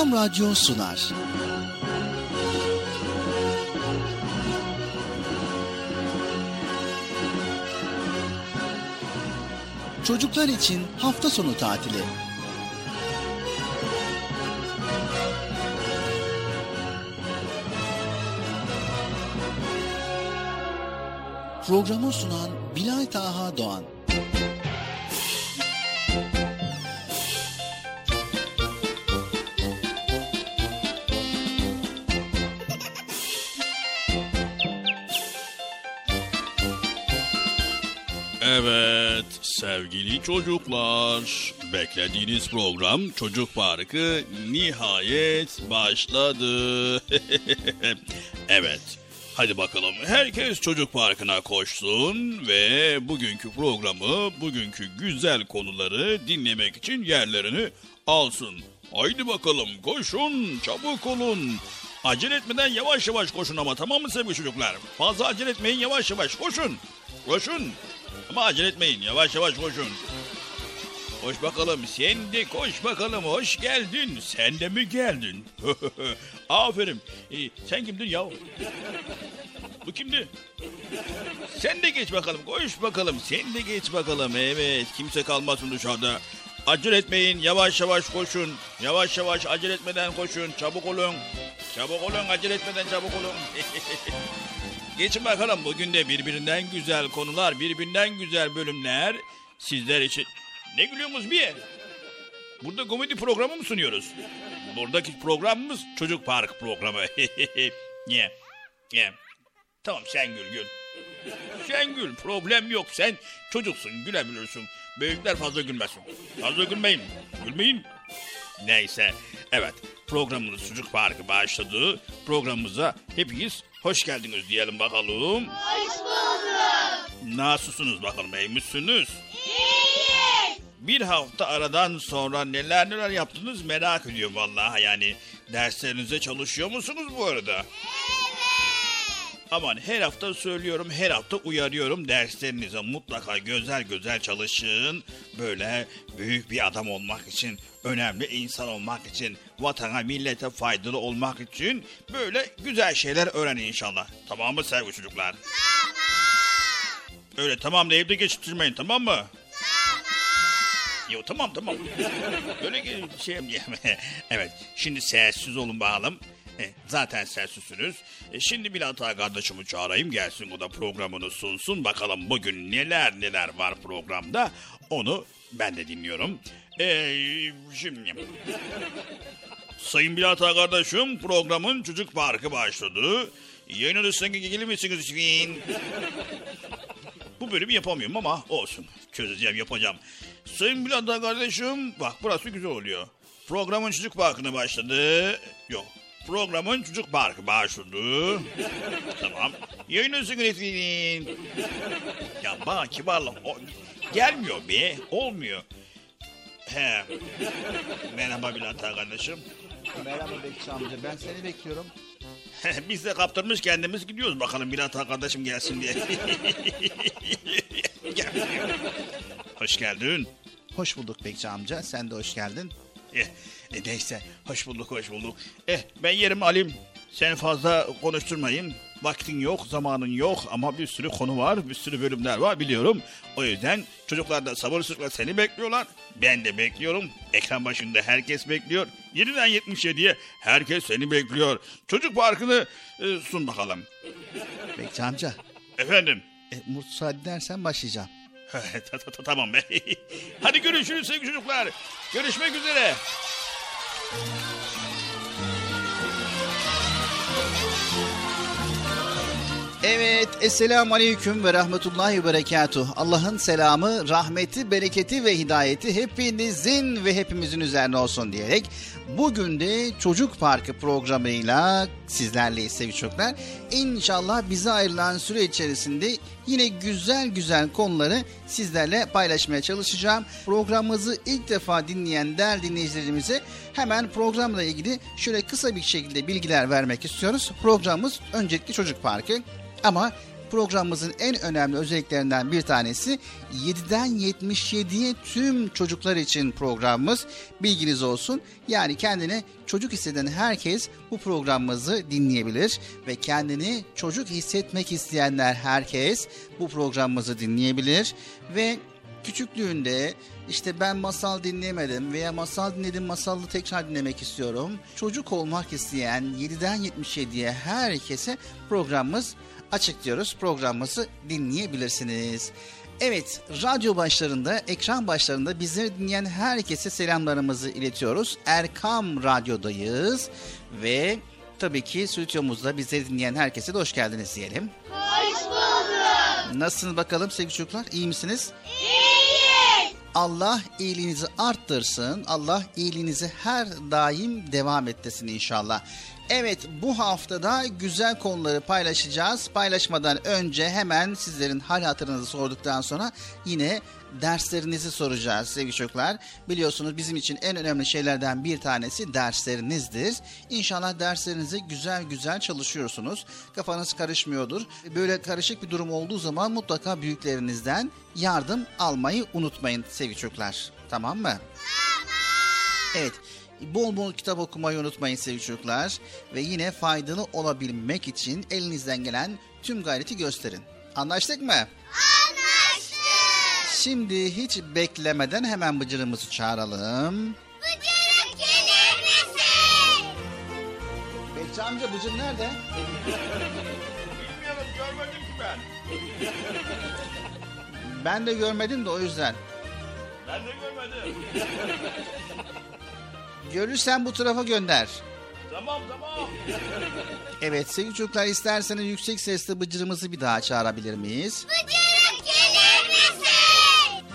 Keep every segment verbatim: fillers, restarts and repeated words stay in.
Erkam Radyo sunar. Çocuklar için hafta sonu tatili. Programı sunan Bilal Taha Doğan. Evet sevgili çocuklar, beklediğiniz program Çocuk Parkı nihayet başladı. Evet, hadi bakalım herkes Çocuk Parkı'na koşsun ve bugünkü programı, bugünkü güzel konuları dinlemek için yerlerini alsın. Haydi bakalım koşun, çabuk olun. Acele etmeden yavaş yavaş koşun ama, tamam mı sevgili çocuklar? Fazla acele etmeyin, yavaş yavaş koşun. Koşun. Ama acele etmeyin. Yavaş yavaş koşun. Koş bakalım. Sen de koş bakalım. Hoş geldin. Sen de mi geldin? Aferin. Ee, sen kimdin ya? Bu kimdi? Sen de geç bakalım. Koş bakalım. Sen de geç bakalım. Evet. Kimse kalmasın dışarıda. Acele etmeyin. Yavaş yavaş koşun. Yavaş yavaş acele etmeden koşun. Çabuk olun. Çabuk olun. Acele etmeden çabuk olun. Geçin bakalım, bugün de birbirinden güzel konular, birbirinden güzel bölümler sizler için. Ne gülüyorsunuz bir? Burada komedi programı mı sunuyoruz? Buradaki programımız Çocuk Park programı. Niye? Niye? Tamam sen gül gül. Sen gül, problem yok, sen çocuksun, gülebilirsin. Büyükler fazla gülmesin. Fazla gülmeyin, gülmeyin. Neyse, evet, programımız Çocuk Parkı başladı. Programımıza hepiniz hoş geldiniz diyelim bakalım. Hoş bulduk. Nasılsınız bakalım, iyi misiniz? İyiyiz. Bir hafta aradan sonra neler neler yaptınız merak ediyorum vallahi, yani derslerinize çalışıyor musunuz bu arada? Evet. Aman her hafta söylüyorum, her hafta uyarıyorum, derslerinize mutlaka güzel güzel çalışın. Böyle büyük bir adam olmak için, önemli insan olmak için, vatana millete faydalı olmak için böyle güzel şeyler öğrenin inşallah. Tamam mı sevgili çocuklar? Tamam. Öyle tamam deyip de geçiştirmeyin, tamam mı? Tamam. Yo tamam tamam. Böyle şey evet, şimdi sessiz olun bakalım. E, zaten sessizsiniz. E, şimdi bir hata kardeşimi çağırayım, gelsin, o da programını sunsun. Bakalım bugün neler neler var programda, onu ben de dinliyorum. E, şimdi Sayın Bilata kardeşim, programın Çocuk Parkı başladı. Yayın odasına gelir misiniz lütfen? Bu bölümü yapamıyorum ama olsun. Çözeceğim, yapacağım. Sayın Bilata kardeşim, bak burası güzel oluyor. Programın Çocuk Parkı'na başladı. Yok. Programın Çocuk Parkı başladı. Tamam. Yayın odasına lütfen. Ya bana kibarlık o, gelmiyor be. Olmuyor. He. Merhaba Bilata kardeşim. Merhaba Bekçi amca, ben seni bekliyorum. Biz de kaptırmış kendimiz gidiyoruz, bakalım Bilata kardeşim gelsin diye. Gel. Hoş geldin. Hoş bulduk Bekçi amca, sen de hoş geldin. Eh, e, neyse, hoş bulduk hoş bulduk. Eh, ben yerimi alayım. Seni fazla konuşturmayayım. Vaktin yok, zamanın yok ama bir sürü konu var, bir sürü bölümler var biliyorum. O yüzden çocuklar da sabırsızlıkla seni bekliyorlar. Ben de bekliyorum. Ekran başında herkes bekliyor. yediden yetmiş yediye herkes seni bekliyor. Çocuk Parkı'nı e, sun bakalım. Bekçi amca. Efendim? E, müsaade edersen başlayacağım. Tamam be. Hadi görüşürüz sevgili çocuklar. Görüşmek üzere. Evet, esselamu aleyküm ve rahmetullahi ve berekatuh. Allah'ın selamı, rahmeti, bereketi ve hidayeti hepinizin ve hepimizin üzerine olsun diyerek bugün de Çocuk Parkı programıyla sizlerleyiz sevgili çocuklar. İnşallah bize ayrılan süre içerisinde yine güzel güzel konuları sizlerle paylaşmaya çalışacağım. Programımızı ilk defa dinleyen değerli dinleyicilerimize hemen programla ilgili şöyle kısa bir şekilde bilgiler vermek istiyoruz. Programımız öncelikle Çocuk Parkı. Ama Programımızın en önemli özelliklerinden bir tanesi yediden yetmiş yediye tüm çocuklar için programımız. Bilginiz olsun. Yani kendini çocuk hisseden herkes bu programımızı dinleyebilir ve kendini çocuk hissetmek isteyenler herkes bu programımızı dinleyebilir ve küçüklüğünde işte ben masal dinlemedim veya masal dinledim, masalı tekrar dinlemek istiyorum. Çocuk olmak isteyen yediden yetmiş yediye herkese programımız açık diyoruz. Programımızı dinleyebilirsiniz. Evet, radyo başlarında, ekran başlarında bizleri dinleyen herkese selamlarımızı iletiyoruz. Erkam Radyo'dayız ve tabii ki stüdyomuzda bizleri dinleyen herkese de hoş geldiniz diyelim. Hoş bulduk. Nasılsınız bakalım sevgili çocuklar? İyi misiniz? İyiyiz. Allah iyiliğinizi arttırsın. Allah iyiliğinizi her daim devam ettirsin inşallah. Evet, bu haftada güzel konuları paylaşacağız. Paylaşmadan önce hemen sizlerin hal hatırınızı sorduktan sonra yine derslerinizi soracağız sevgili çocuklar. Biliyorsunuz bizim için en önemli şeylerden bir tanesi derslerinizdir. İnşallah derslerinizi güzel güzel çalışıyorsunuz. Kafanız karışmıyordur. Böyle karışık bir durum olduğu zaman mutlaka büyüklerinizden yardım almayı unutmayın sevgili çocuklar. Tamam mı? Tamam. Evet. Bol bol kitap okumayı unutmayın sevgili çocuklar. Ve yine faydalı olabilmek için elinizden gelen tüm gayreti gösterin. Anlaştık mı? Anlaştık. Şimdi hiç beklemeden hemen Bıcır'ımızı çağıralım. Bıcırık gelir misin? Bekçi amca, Bıcır nerede? Bilmiyorum, görmedim ki ben. Ben de görmedim de o yüzden. Ben de görmedim. Görürsen bu tarafa gönder. Tamam tamam. Evet sevgili çocuklar, isterseniz yüksek sesle Bıcır'ımızı bir daha çağırabilir miyiz? Bıcırık gelir misin?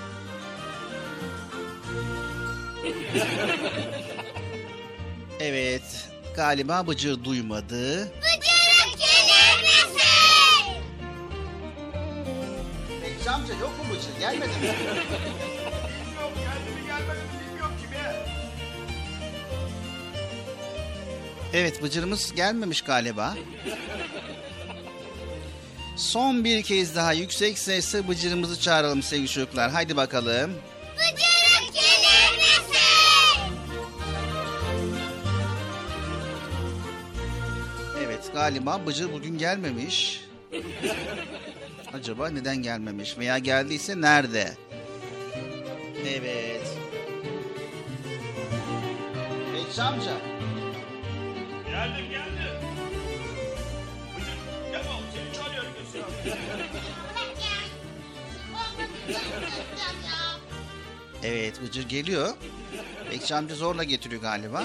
Evet, galiba Bıcır duymadı. Bıcırık gelir misin? Bekçi amca yok mu Bıcır? Gelmedi mi? Bilmiyorum, geldi mi gelmedi mi bilmiyorum ki be. Evet, Bıcır'ımız gelmemiş galiba. Son bir kez daha yüksek sesle Bıcır'ımızı çağıralım sevgili çocuklar. Haydi bakalım. Bıcırık gelir misin? Evet, galiba Bıcır bugün gelmemiş. Acaba neden gelmemiş? Veya geldiyse nerede? Evet. Bekçi amca. Geldim geldim. Bıcır, gel oğlum, seni çağırıyor herkes ya. Bırak ya. ya. Evet, Bıcır geliyor. Bekçi amca zorla getiriyor galiba.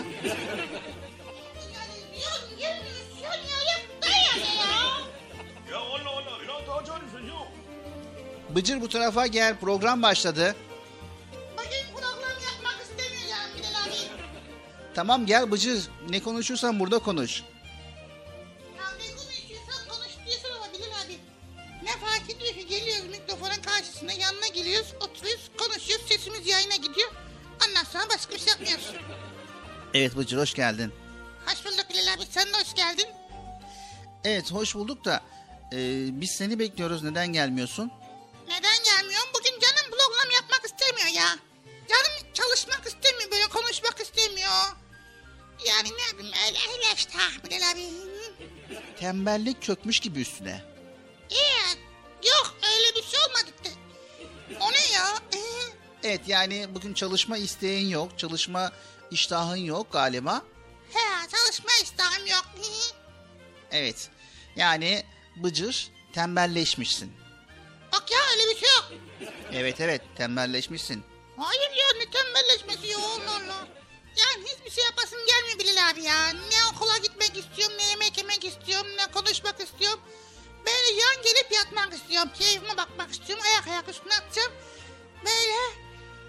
Ya Allah Allah, ilan daha çağırıyorsun yok. Bıcır bu tarafa gel, program başladı. Bugün program yapmak istemiyor yani Bilal abi. Tamam gel Bıcır, ne konuşursan burada konuş. Ya ne konuşuyorsan konuş diyorsun ama Bilal abi. Ne fark ediyor ki geliyoruz mikrofonun karşısına, yanına geliyoruz, oturuyoruz, konuşuyoruz, sesimiz yayına gidiyor. Ondan sonra başka bir şey yapmıyoruz. Evet Bıcır, hoş geldin. Hoş bulduk Bilal abi, sen de hoş geldin. Evet, hoş bulduk da e, biz seni bekliyoruz, neden gelmiyorsun? Neden gelmiyorsun? Bugün canım program yapmak istemiyor ya. Canım çalışmak istemiyor, böyle konuşmak istemiyor. Yani ne yapayım, öyle öyle işte ah Bilal abi. Tembellik çökmüş gibi üstüne. İyi, yok öyle bir şey olmadı da. O ne ya? Ee, Evet, yani bugün çalışma isteğin yok, çalışma iştahın yok galiba. he, çalışma iştahım yok. Evet, yani Bıcır tembelleşmişsin. Bak ya, öyle bir şey yok. Evet evet, tembelleşmişsin. Hayır ya, ne tembelleşmesi ya, Allah Allah. Yani hiçbir şey yapasım gelmiyor Bilal abi ya. Ne okula gitmek istiyorum, ne yemek yemek istiyorum, ne konuşmak istiyorum. Böyle yan gelip yatmak istiyorum. Keyfime bakmak istiyorum. Ayak ayak üstüne atacağım. Böyle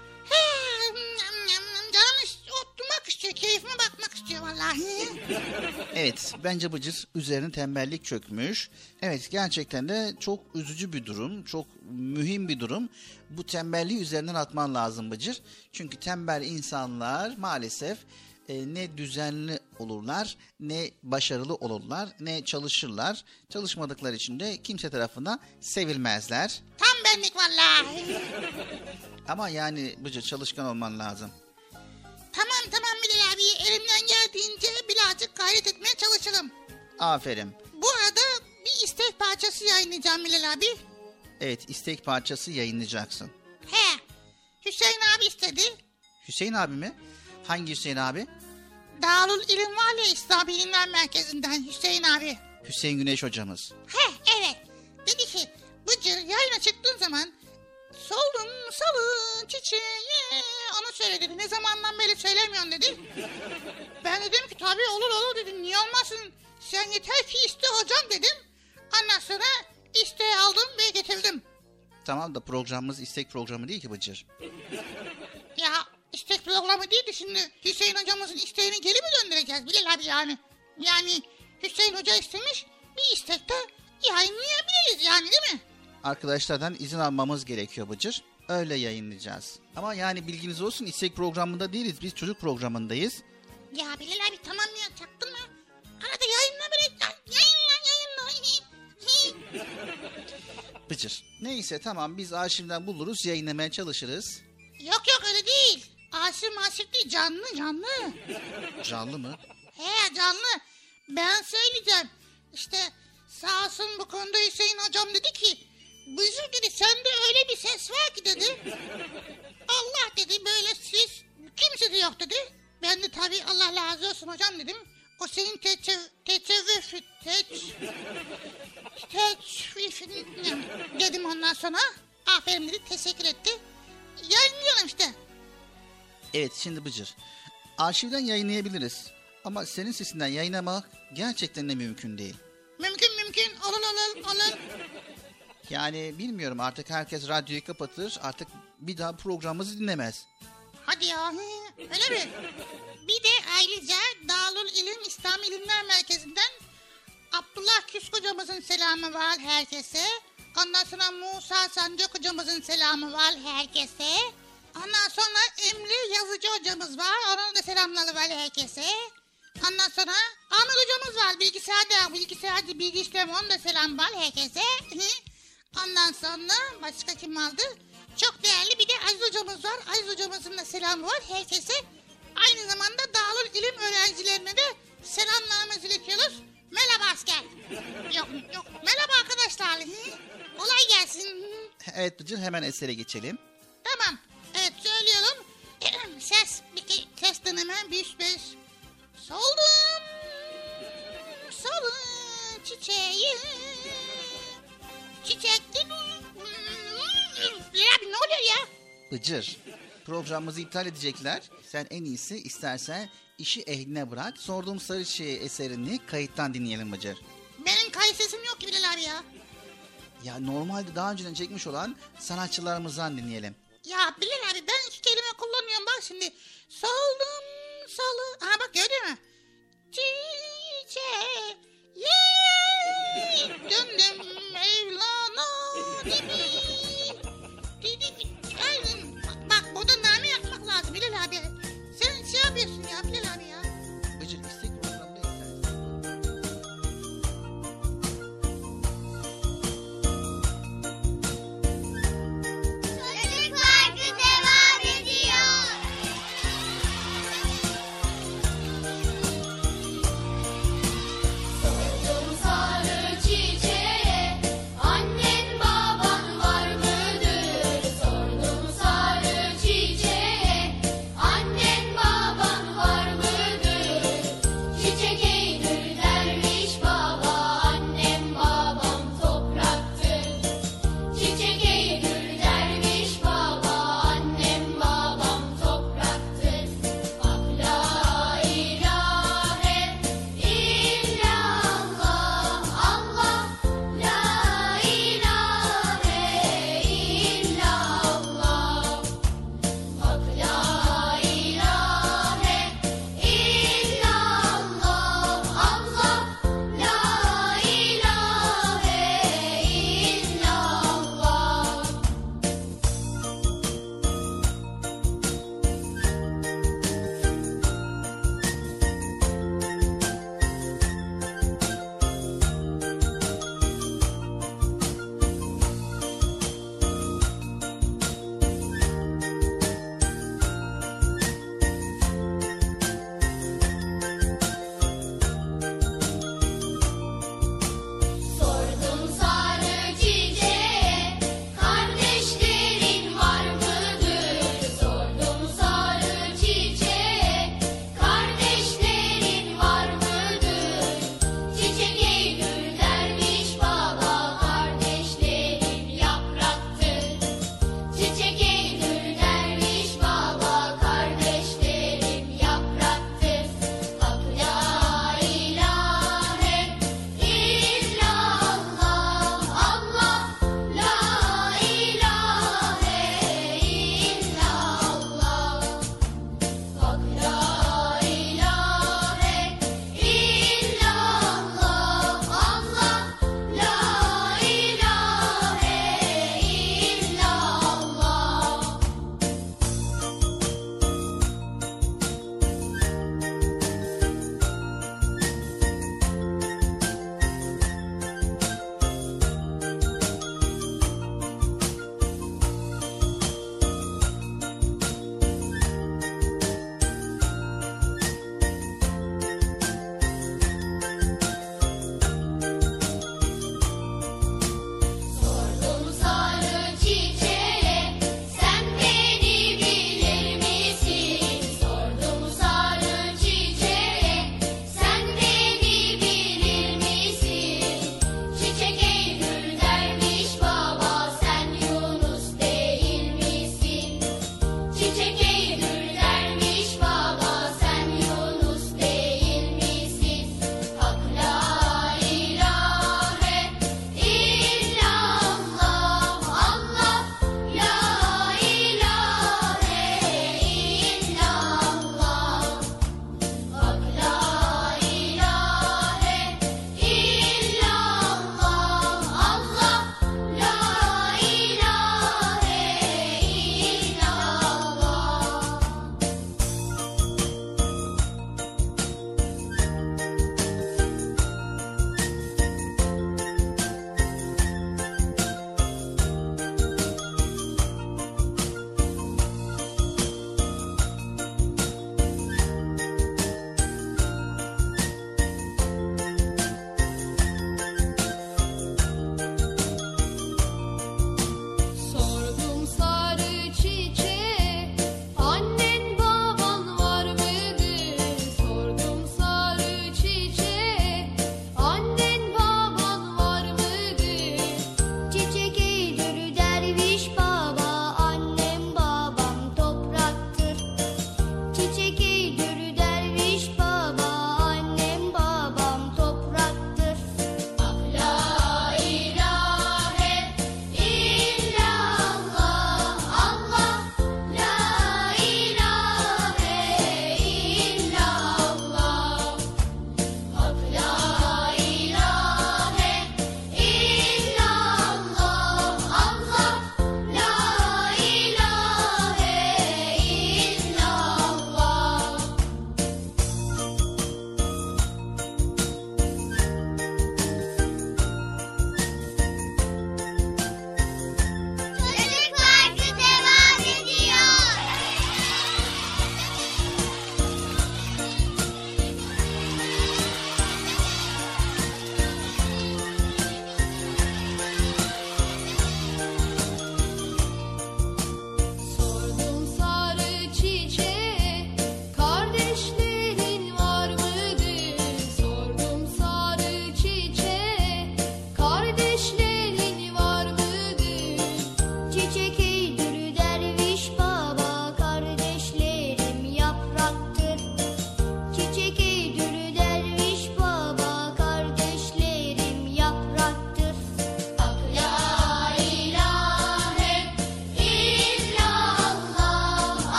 canım ist- oturmak istiyor. Keyfime bakmak istiyor vallahi. Evet, bence Bıcır üzerine tembellik çökmüş. Evet, gerçekten de çok üzücü bir durum, çok mühim bir durum. Bu tembelliği üzerinden atman lazım Bıcır. Çünkü tembel insanlar maalesef e, ne düzenli olurlar, ne başarılı olurlar, ne çalışırlar. Çalışmadıkları için de kimse tarafından sevilmezler. Tam benlik vallahi. Ama yani Bıcır çalışkan olman lazım. Tamam tamam Bilal abi, elimden geldiğince birazcık gayret etmeye çalışırım. Aferin. Bu arada bir istek parçası yayınlayacağım Bilal abi. Evet, istek parçası yayınlayacaksın. He, Hüseyin abi istedi. Hüseyin abi mi? Hangi Hüseyin abi? Darül İlim var ya, İslam Bilimler Merkezi'nden Hüseyin abi. Hüseyin Güneş hocamız. He evet. Dedi ki Bıcır yayına çıktığın zaman solun salın çiçeği onu söyle dedi. Ne zamandan beri söylemiyorsun dedi. Ben dedim ki tabii olur olur dedim. Niye olmasın? Sen yeter ki iste hocam dedim. Ondan sonra isteği aldım ve getirdim. Tamam da programımız istek programı değil ki Bıcır. Ya istek programı değil de şimdi Hüseyin hocamızın isteğini geri mi döndüreceğiz Bilal abi yani? Yani Hüseyin hoca istemiş, bir istekte yayınlayabiliriz yani, değil mi? Arkadaşlardan izin almamız gerekiyor Bıcır. Öyle yayınlayacağız. Ama yani bilginiz olsun, istek programında değiliz. Biz çocuk programındayız. Ya Bilal abi tamam ya, çaktırma. Arada yayınla bile, yayınla yayınla. Bıcır. Neyse tamam, biz arşivden buluruz, yayınlamaya çalışırız. Yok yok öyle değil. Aşık maşık değil, canlı canlı. Canlı mı? He canlı. Ben söyleyeceğim. İşte sağ olsun bu konuda Hüseyin hocam dedi ki Bıcır dedi sende öyle bir ses var ki dedi. Allah dedi böyle ses kimse de yok dedi. Ben de tabii Allah razı olsun hocam dedim. O senin teçev teçevvüf teç teçvifin dedim, ondan sonra aferin dedi, teşekkür etti. Yayınlayalım işte. Evet, şimdi Bıcır. Arşivden yayınlayabiliriz. Ama senin sesinden yayınlamak gerçekten de mümkün değil. Mümkün mümkün, olur olur olur. Yani bilmiyorum, artık herkes radyoyu kapatır, artık bir daha programımızı dinlemez. Hadi ya, öyle mi? Bir de ayrıca Darül İlim İslam İlimler Merkezi'nden Abdullah Küsk hocamızın selamı var herkese. Ondan sonra Musa Sancak hocamızın selamı var herkese. Ondan sonra Emre Yazıcı hocamız var, onun da selamları var herkese. Ondan sonra Ahmet hocamız var, bilgisayarda, bilgisayarcı bilgi işlemi, onun da selam var herkese. Ondan sonra başka kim vardı? Çok değerli bir de Aziz hocamız var. Aziz hocamızın da selamı var herkese. Aynı zamanda Darül İlim öğrencilerine de selamlarımızı iletiyoruz. Merhaba asker. Yok yok. Merhaba arkadaşlar. Kolay gelsin. Evet Bıcır, hemen esere geçelim. Tamam. Evet söylüyorum. Ses bir ses deneme. Bir beş. Soldum. Solun çiçeği. Çiçekli. Abi ne oluyor ya? Bıcır, programımızı iptal edecekler. Sen en iyisi istersen işi ehline bırak. Sorduğum Sarıçi eserini kayıttan dinleyelim Bıcır. Benim kayıt sesim yok ki Bilal abi ya. Ya normalde daha önceden çekmiş olan sanatçılarımızdan dinleyelim. Ya Bilal abi ben iki kelime kullanıyorum bak şimdi. Soldum salı. Aha bak gördün mü? Çiçeği. Yeee. Döndüm Mevlana. Dibi. Aynen. Bak burada name yapmak lazım Bilal abi. Sen şey yapıyorsun ya Bilal abi ya. Bıcır, istek programda istersen. Çocuk Parkı devam ediyor.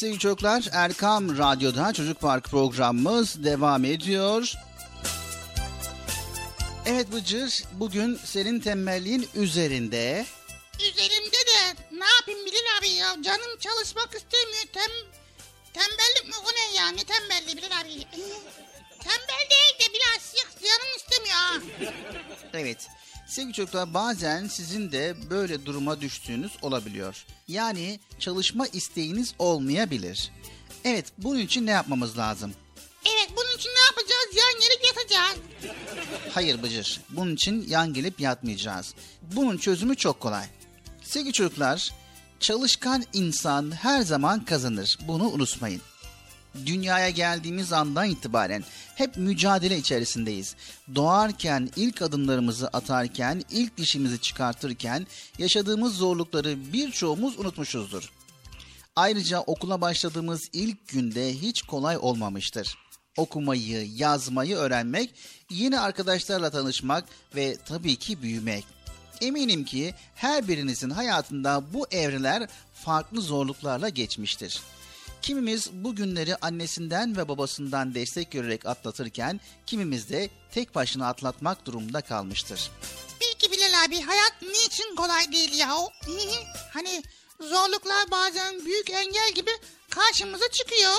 sevgili çocuklar, Erkam Radyo'da Çocuk Park programımız devam ediyor. Evet Bıcır, bugün senin tembelliğin üzerinde. Üzerimde de ne yapayım Bilal abi ya? Canım çalışmak istemiyor. Tem, tembellik mi? O ne ya? Ne tembelliği Bilal abi? Tembel değil de biraz canım istemiyor ha. Evet. Sevgili çocuklar, bazen sizin de böyle duruma düştüğünüz olabiliyor. Yani çalışma isteğiniz olmayabilir. Evet, bunun için ne yapmamız lazım? Evet, bunun için ne yapacağız? Yan gelip yatacağız. Hayır Bıcır, bunun için yan gelip yatmayacağız. Bunun çözümü çok kolay. Sevgili çocuklar, çalışkan insan her zaman kazanır. Bunu unutmayın. Dünyaya geldiğimiz andan itibaren hep mücadele içerisindeyiz. Doğarken, ilk adımlarımızı atarken, ilk dişimizi çıkartırken yaşadığımız zorlukları birçoğumuz unutmuşuzdur. Ayrıca okula başladığımız ilk günde hiç kolay olmamıştır. Okumayı, yazmayı öğrenmek, yeni arkadaşlarla tanışmak ve tabii ki büyümek. Eminim ki her birinizin hayatında bu evreler farklı zorluklarla geçmiştir. Kimimiz bu günleri annesinden ve babasından destek görerek atlatırken, kimimiz de tek başına atlatmak durumunda kalmıştır. Peki Bilal abi, hayat niçin kolay değil ya? Hani zorluklar bazen büyük engel gibi karşımıza çıkıyor.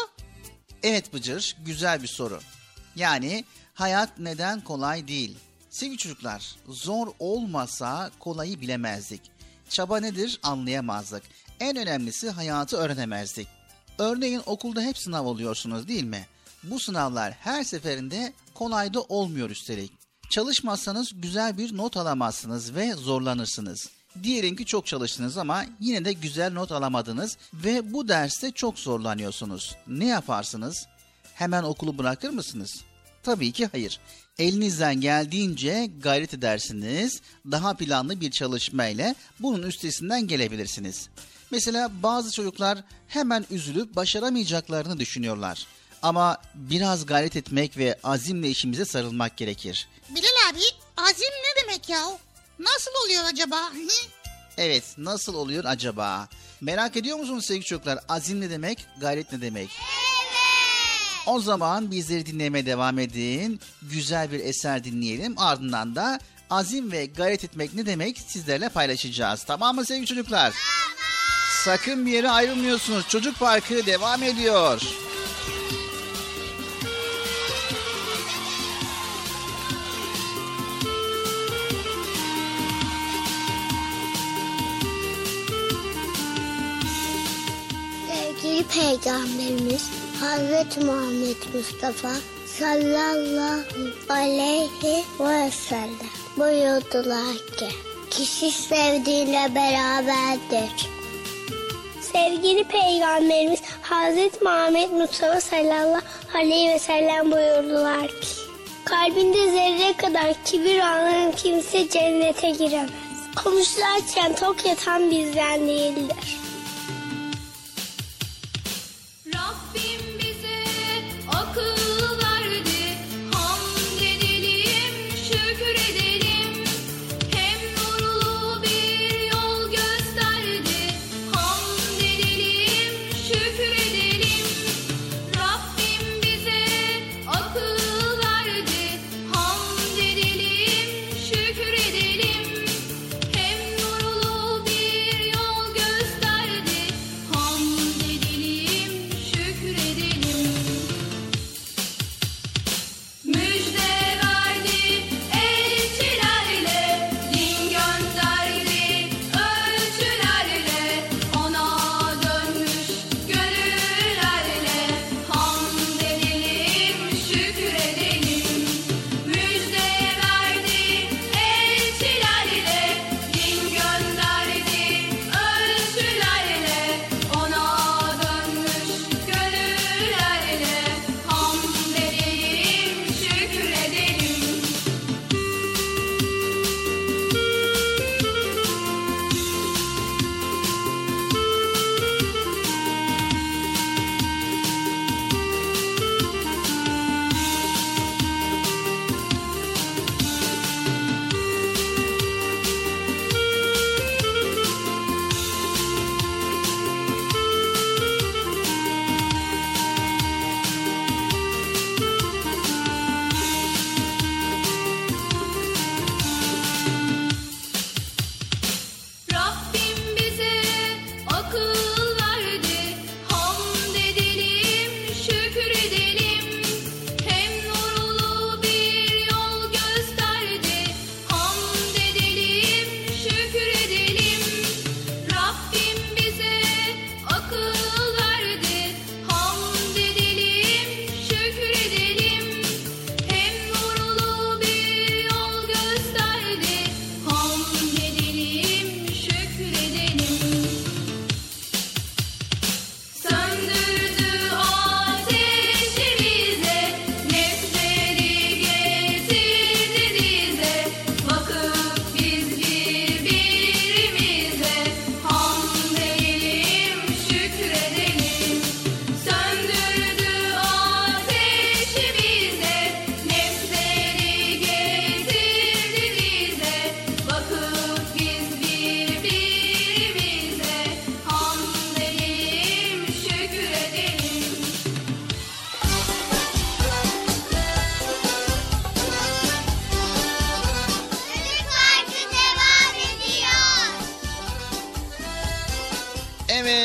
Evet Bıcır, güzel bir soru. Yani hayat neden kolay değil? Sevgili çocuklar, zor olmasa kolayı bilemezdik. Çaba nedir anlayamazdık. En önemlisi hayatı öğrenemezdik. Örneğin okulda hep sınav oluyorsunuz değil mi? Bu sınavlar her seferinde kolay da olmuyor üstelik. Çalışmazsanız güzel bir not alamazsınız ve zorlanırsınız. Diyelim ki çok çalıştınız ama yine de güzel not alamadınız ve bu derste çok zorlanıyorsunuz. Ne yaparsınız? Hemen okulu bırakır mısınız? Tabii ki hayır. Elinizden geldiğince gayret edersiniz. Daha planlı bir çalışmayla bunun üstesinden gelebilirsiniz. Mesela bazı çocuklar hemen üzülüp başaramayacaklarını düşünüyorlar. Ama biraz gayret etmek ve azimle işimize sarılmak gerekir. Bilal abi, azim ne demek ya? Nasıl oluyor acaba? Evet, nasıl oluyor acaba? Merak ediyor musunuz sevgili çocuklar? Azim ne demek, gayret ne demek? Evet. O zaman bizleri dinlemeye devam edin. Güzel bir eser dinleyelim. Ardından da azim ve gayret etmek ne demek sizlerle paylaşacağız. Tamam mı sevgili çocuklar? Tamam. Sakın bir yere ayrılmıyorsunuz. Çocuk Parkı devam ediyor. Sevgili Peygamberimiz Hazreti Muhammed Mustafa sallallahu aleyhi ve sellem buyurdular ki kişi sevdiğiyle beraberdir. Sevgili Peygamberimiz Hazreti Muhammed Mustafa sallallahu aleyhi ve sellem buyurdular ki kalbinde zerre kadar kibir olan kimse cennete giremez. Konuşlarken tok yatan bizden değildir. Rabbim bize akıl verdi, hamd edelim, şükür edelim. Hem nurlu bir yol gösterdi, hamd edelim, şükür edelim. Rabbim bize akıl verdi, hamd edelim, şükür edelim. Hem nurlu bir yol gösterdi.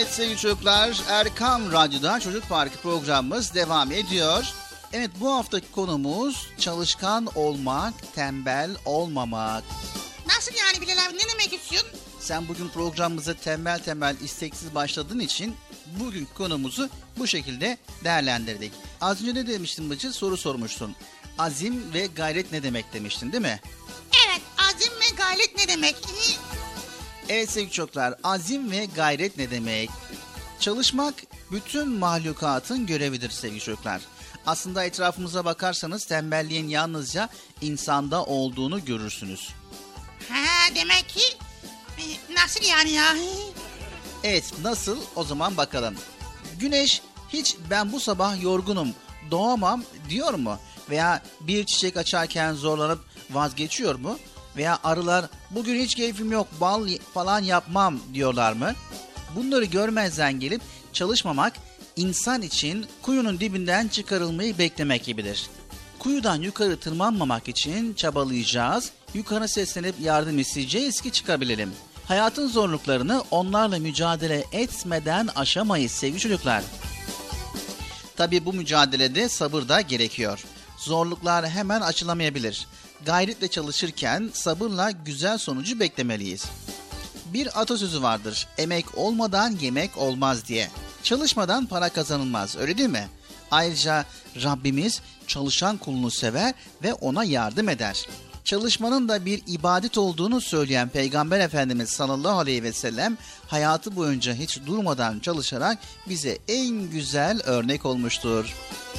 Evet sevgili çocuklar, Erkam Radyo'da Çocuk Parkı programımız devam ediyor. Evet, bu haftaki konumuz çalışkan olmak, tembel olmamak. Nasıl yani Bilal abi, ne demek istiyorsun? Sen bugün programımıza tembel tembel isteksiz başladığın için bugünkü konumuzu bu şekilde değerlendirdik. Az önce ne demiştin Bıcı? Soru sormuştun. Azim ve gayret ne demek demiştin değil mi? Evet, azim ve gayret ne demek? Evet sevgili çocuklar, azim ve gayret ne demek? Çalışmak bütün mahlukatın görevidir sevgili çocuklar. Aslında etrafımıza bakarsanız tembelliğin yalnızca insanda olduğunu görürsünüz. Ha, demek ki e, nasıl yani ya? Evet, nasıl? O zaman bakalım. Güneş hiç ben bu sabah yorgunum, doğamam diyor mu? Veya bir çiçek açarken zorlanıp vazgeçiyor mu? Veya arılar bugün hiç keyfim yok, bal falan yapmam diyorlar mı? Bunları görmezden gelip çalışmamak insan için kuyunun dibinden çıkarılmayı beklemek gibidir. Kuyudan yukarı tırmanmamak için çabalayacağız, yukarı seslenip yardım isteyeceğiz ki çıkabilelim. Hayatın zorluklarını onlarla mücadele etmeden aşamayız sevgili çocuklar. Tabii bu mücadelede sabır da gerekiyor. Zorluklar hemen aşılamayabilir. Gayretle çalışırken sabırla güzel sonucu beklemeliyiz. Bir atasözü vardır, emek olmadan yemek olmaz diye. Çalışmadan para kazanılmaz, öyle değil mi? Ayrıca Rabbimiz çalışan kulunu sever ve ona yardım eder. Çalışmanın da bir ibadet olduğunu söyleyen Peygamber Efendimiz sallallahu aleyhi ve sellem hayatı boyunca hiç durmadan çalışarak bize en güzel örnek olmuştur.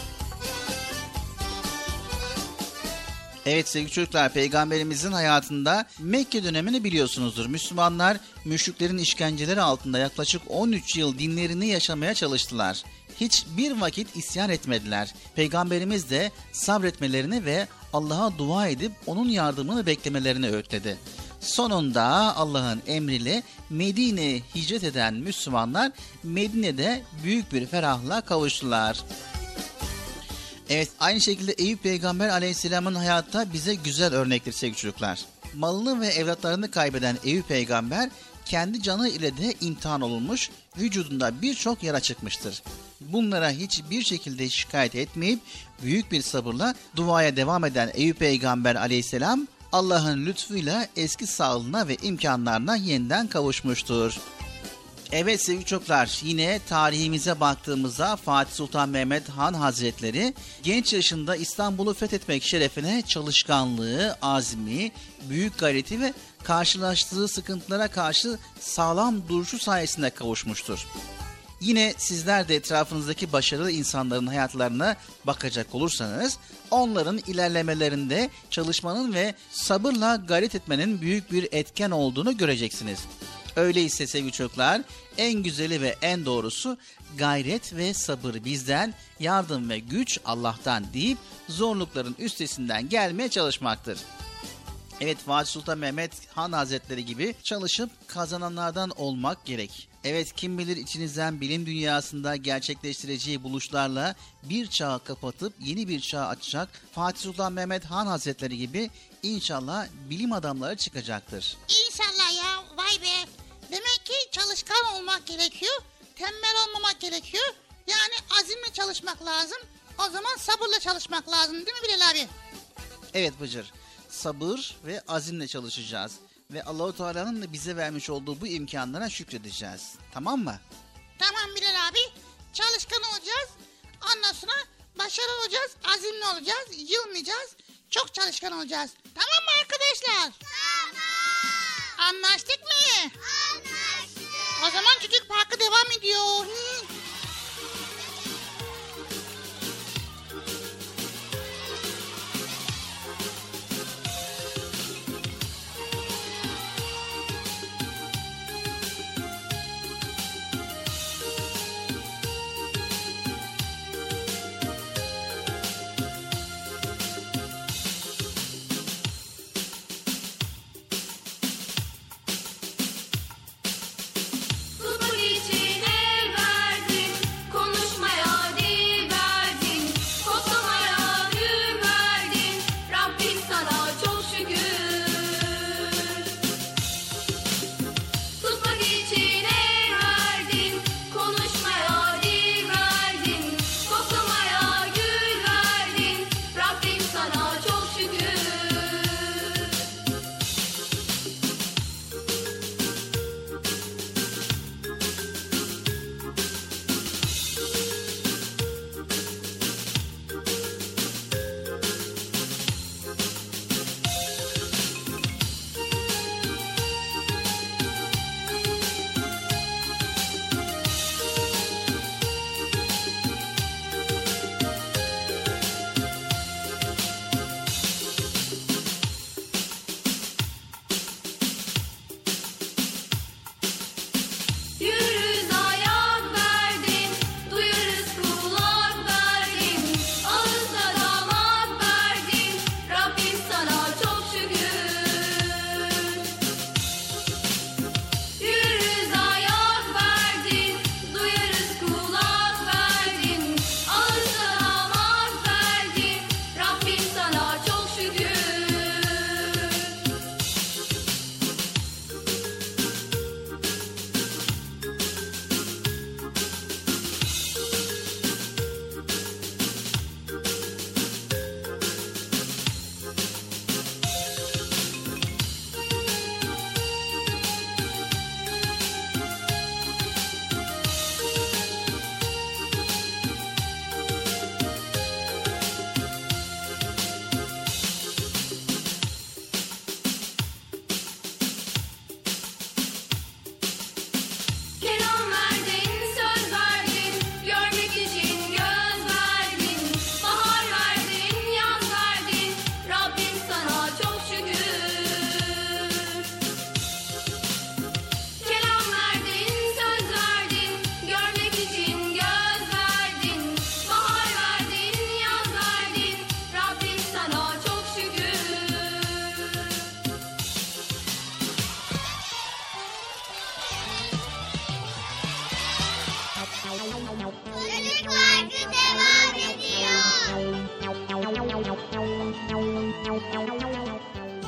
Evet sevgili çocuklar, Peygamberimizin hayatında Mekke dönemini biliyorsunuzdur. Müslümanlar müşriklerin işkenceleri altında yaklaşık on üç yıl dinlerini yaşamaya çalıştılar. Hiçbir vakit isyan etmediler. Peygamberimiz de sabretmelerini ve Allah'a dua edip onun yardımını beklemelerini öğütledi. Sonunda Allah'ın emriyle Medine'ye hicret eden Müslümanlar Medine'de büyük bir ferahla kavuştular. Evet, aynı şekilde Eyüp Peygamber Aleyhisselam'ın hayatta bize güzel örnektir sevgili çocuklar. Malını ve evlatlarını kaybeden Eyüp Peygamber kendi canı ile de imtihan olunmuş, vücudunda birçok yara çıkmıştır. Bunlara hiçbir şekilde şikayet etmeyip büyük bir sabırla duaya devam eden Eyüp Peygamber Aleyhisselam Allah'ın lütfuyla eski sağlığına ve imkanlarına yeniden kavuşmuştur. Evet sevgili çocuklar, yine tarihimize baktığımızda Fatih Sultan Mehmet Han Hazretleri genç yaşında İstanbul'u fethetmek şerefine çalışkanlığı, azmi, büyük gayreti ve karşılaştığı sıkıntılara karşı sağlam duruşu sayesinde kavuşmuştur. Yine sizler de etrafınızdaki başarılı insanların hayatlarına bakacak olursanız onların ilerlemelerinde çalışmanın ve sabırla gayret etmenin büyük bir etken olduğunu göreceksiniz. Öyleyse sevgili çocuklar, en güzeli ve en doğrusu gayret ve sabır bizden, yardım ve güç Allah'tan deyip zorlukların üstesinden gelmeye çalışmaktır. Evet, Fatih Sultan Mehmet Han Hazretleri gibi çalışıp kazananlardan olmak gerek. Evet, kim bilir içinizden bilim dünyasında gerçekleştireceği buluşlarla bir çağı kapatıp yeni bir çağ açacak Fatih Sultan Mehmet Han Hazretleri gibi inşallah bilim adamları çıkacaktır. İnşallah ya, vay be. Demek ki çalışkan olmak gerekiyor, tembel olmamak gerekiyor. Yani azimle çalışmak lazım. O zaman sabırla çalışmak lazım değil mi Bilal abi? Evet Bıcır, sabır ve azimle çalışacağız. Ve Allahu Teala'nın da bize vermiş olduğu bu imkanlara şükredeceğiz. Tamam mı? Tamam Bilal abi. Çalışkan olacağız. Ondan sonra başarılı olacağız. Azimli olacağız. Yılmayacağız. Çok çalışkan olacağız. Tamam mı arkadaşlar? Tamam. Anlaştık mı? Anlaştık. O zaman Çocuk Parkı devam ediyor. Tutmak için el ver.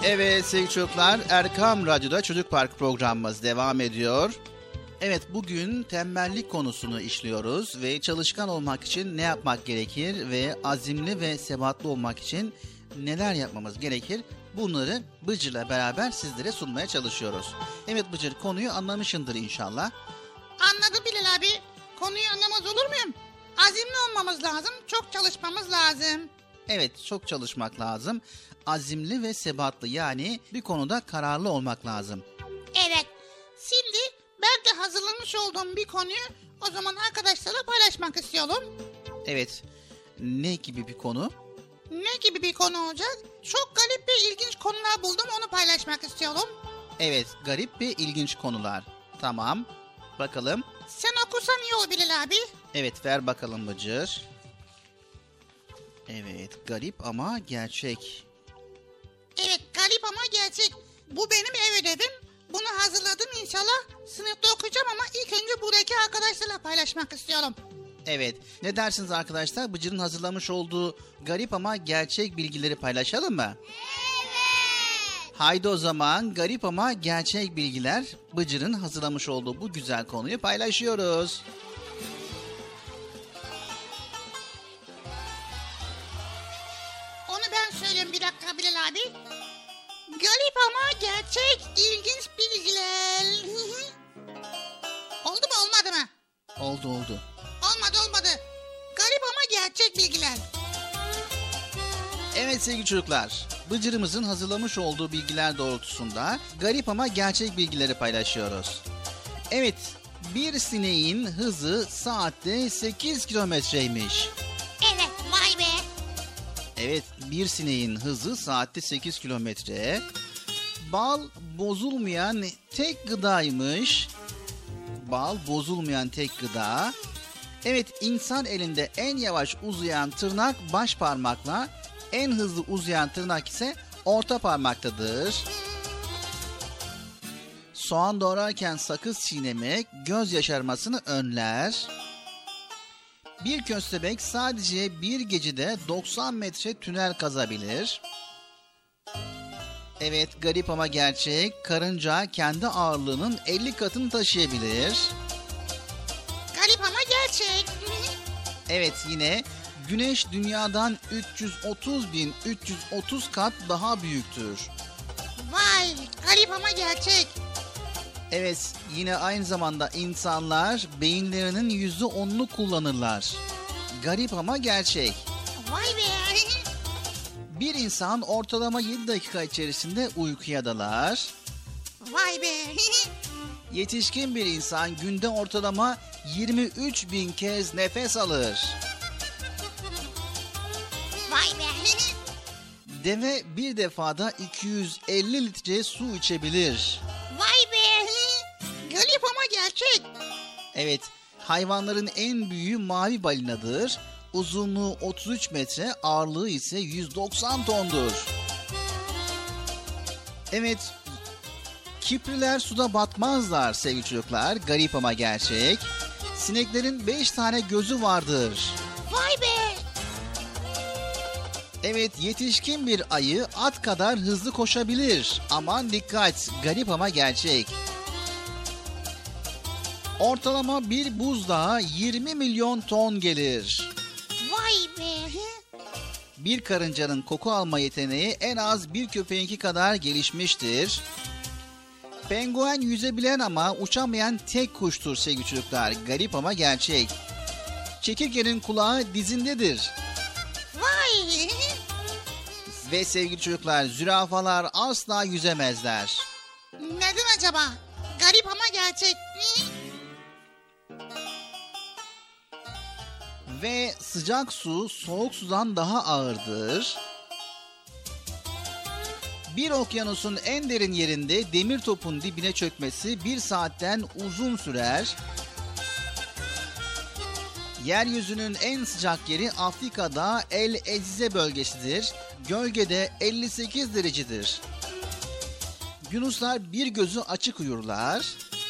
Evet sevgili çocuklar, Erkam Radyo'da Çocuk Park programımız devam ediyor. Evet, bugün tembellik konusunu işliyoruz ve çalışkan olmak için ne yapmak gerekir ve azimli ve sebatlı olmak için neler yapmamız gerekir? Bunları Bıcır'la beraber sizlere sunmaya çalışıyoruz. Evet Bıcır, konuyu anlamışsındır inşallah. Anladım Bilal abi. Konuyu anlamaz olur muyum? Azimli olmamız lazım, çok çalışmamız lazım. Evet, çok çalışmak lazım. Azimli ve sebatlı, yani bir konuda kararlı olmak lazım. Evet. Şimdi ben de hazırlamış olduğum bir konuyu o zaman arkadaşlarla paylaşmak istiyorum. Evet, ne gibi bir konu? Ne gibi bir konu olacak? Çok garip ve ilginç konular buldum, onu paylaşmak istiyorum. Evet, garip ve ilginç konular. Tamam, bakalım. Sen okursan iyi olur Bilal abi. Evet, ver bakalım Bıcır. Evet, garip ama gerçek. Evet, garip ama gerçek. Bu benim ev ödevim. Bunu hazırladım, inşallah sınıfta okuyacağım ama ilk önce buradaki arkadaşlarla paylaşmak istiyorum. Evet, ne dersiniz arkadaşlar? Bıcır'ın hazırlamış olduğu garip ama gerçek bilgileri paylaşalım mı? Evet. Haydi o zaman garip ama gerçek bilgiler, Bıcır'ın hazırlamış olduğu bu güzel konuyu paylaşıyoruz. Onu ben söyleyeyim bir dakika Bilal abi. Garip ama gerçek ilginç bilgiler. Oldu mu olmadı mı? Oldu oldu. Olmadı olmadı. Garip ama gerçek bilgiler. Evet sevgili çocuklar, Bıcır'ımızın hazırlamış olduğu bilgiler doğrultusunda garip ama gerçek bilgileri paylaşıyoruz. Evet, bir sineğin hızı saatte sekiz kilometreymiş. Evet, vay be. Evet, bir sineğin hızı saatte sekiz kilometre. Bal bozulmayan tek gıdaymış. Bal bozulmayan tek gıda. Evet, insan elinde en yavaş uzayan tırnak baş parmakla, en hızlı uzayan tırnak ise orta parmaktadır. Soğan doğrarken sakız çiğnemek göz yaşarmasını önler. Bir köstebek sadece bir gecede doksan metre tünel kazabilir. Evet, garip ama gerçek, karınca kendi ağırlığının elli katını taşıyabilir. Garip ama gerçek. Evet, yine Güneş dünyadan üç yüz otuz bin üç yüz otuz kat daha büyüktür. Vay, garip ama gerçek. Evet, yine aynı zamanda insanlar beyinlerinin yüzde onunu kullanırlar. Garip ama gerçek. Vay be. Bir insan ortalama yedi dakika içerisinde uykuya dalar. Vay be. Yetişkin bir insan günde ortalama yirmi üç bin kez nefes alır. Vay be. Deve bir defada iki yüz elli litre su içebilir. Vay be. Garip ama gerçek. Evet, hayvanların en büyüğü mavi balinadır. Uzunluğu otuz üç metre, ağırlığı ise yüz doksan tondur. Evet, kipriler suda batmazlar sevgili çocuklar. Garip ama gerçek. Sineklerin beş tane gözü vardır. Vay be. Evet, yetişkin bir ayı at kadar hızlı koşabilir. Aman dikkat, garip ama gerçek. Ortalama bir buzdağı yirmi milyon ton gelir. Vay be. Bir karıncanın koku alma yeteneği en az bir köpeğinki kadar gelişmiştir. Penguen yüzebilen ama uçamayan tek kuştur sevgili çocuklar. Garip ama gerçek. Çekirgenin kulağı dizindedir. Vay. Ve sevgili çocuklar, zürafalar asla yüzemezler. Neden acaba? Garip ama gerçek. Ve sıcak su soğuk sudan daha ağırdır. Bir okyanusun en derin yerinde demir topun dibine çökmesi bir saatten uzun sürer. Yeryüzünün en sıcak yeri Afrika'da El Ezize bölgesidir. Gölgede elli sekiz derecedir. Yunuslar bir gözü açık uyurlar.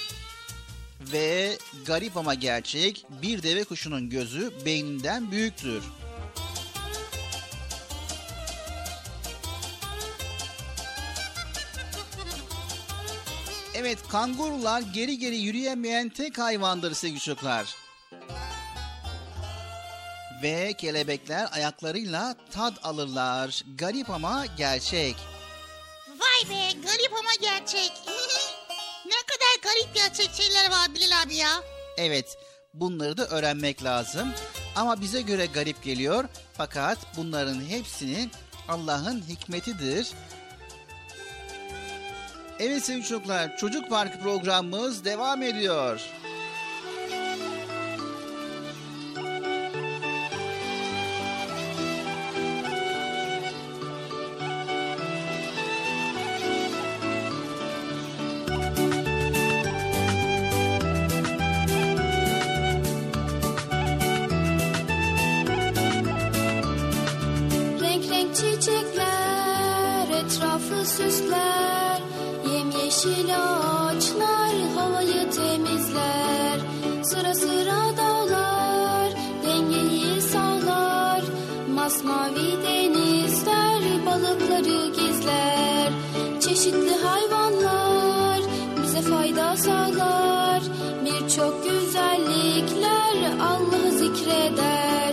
Ve garip ama gerçek, bir deve kuşunun gözü beyninden büyüktür. Evet, kangurular geri geri yürüyemeyen tek hayvandır sevgili çocuklar. Ve kelebekler ayaklarıyla tad alırlar. Garip ama gerçek. Vay be, garip ama gerçek. Ne kadar garip gerçek şeyler var Bilal abi ya. Evet, bunları da öğrenmek lazım. Ama bize göre garip geliyor. Fakat bunların hepsinin Allah'ın hikmetidir. Evet sevgili çocuklar, Çocuk Parkı programımız devam ediyor. Süsler, yemyeşil ağaçlar havayı temizler. Sıra sıra dağlar dengeyi sağlar. Masmavi denizler balıkları gizler. Çeşitli hayvanlar bize fayda sağlar. Birçok güzellikler Allah'ı zikreder.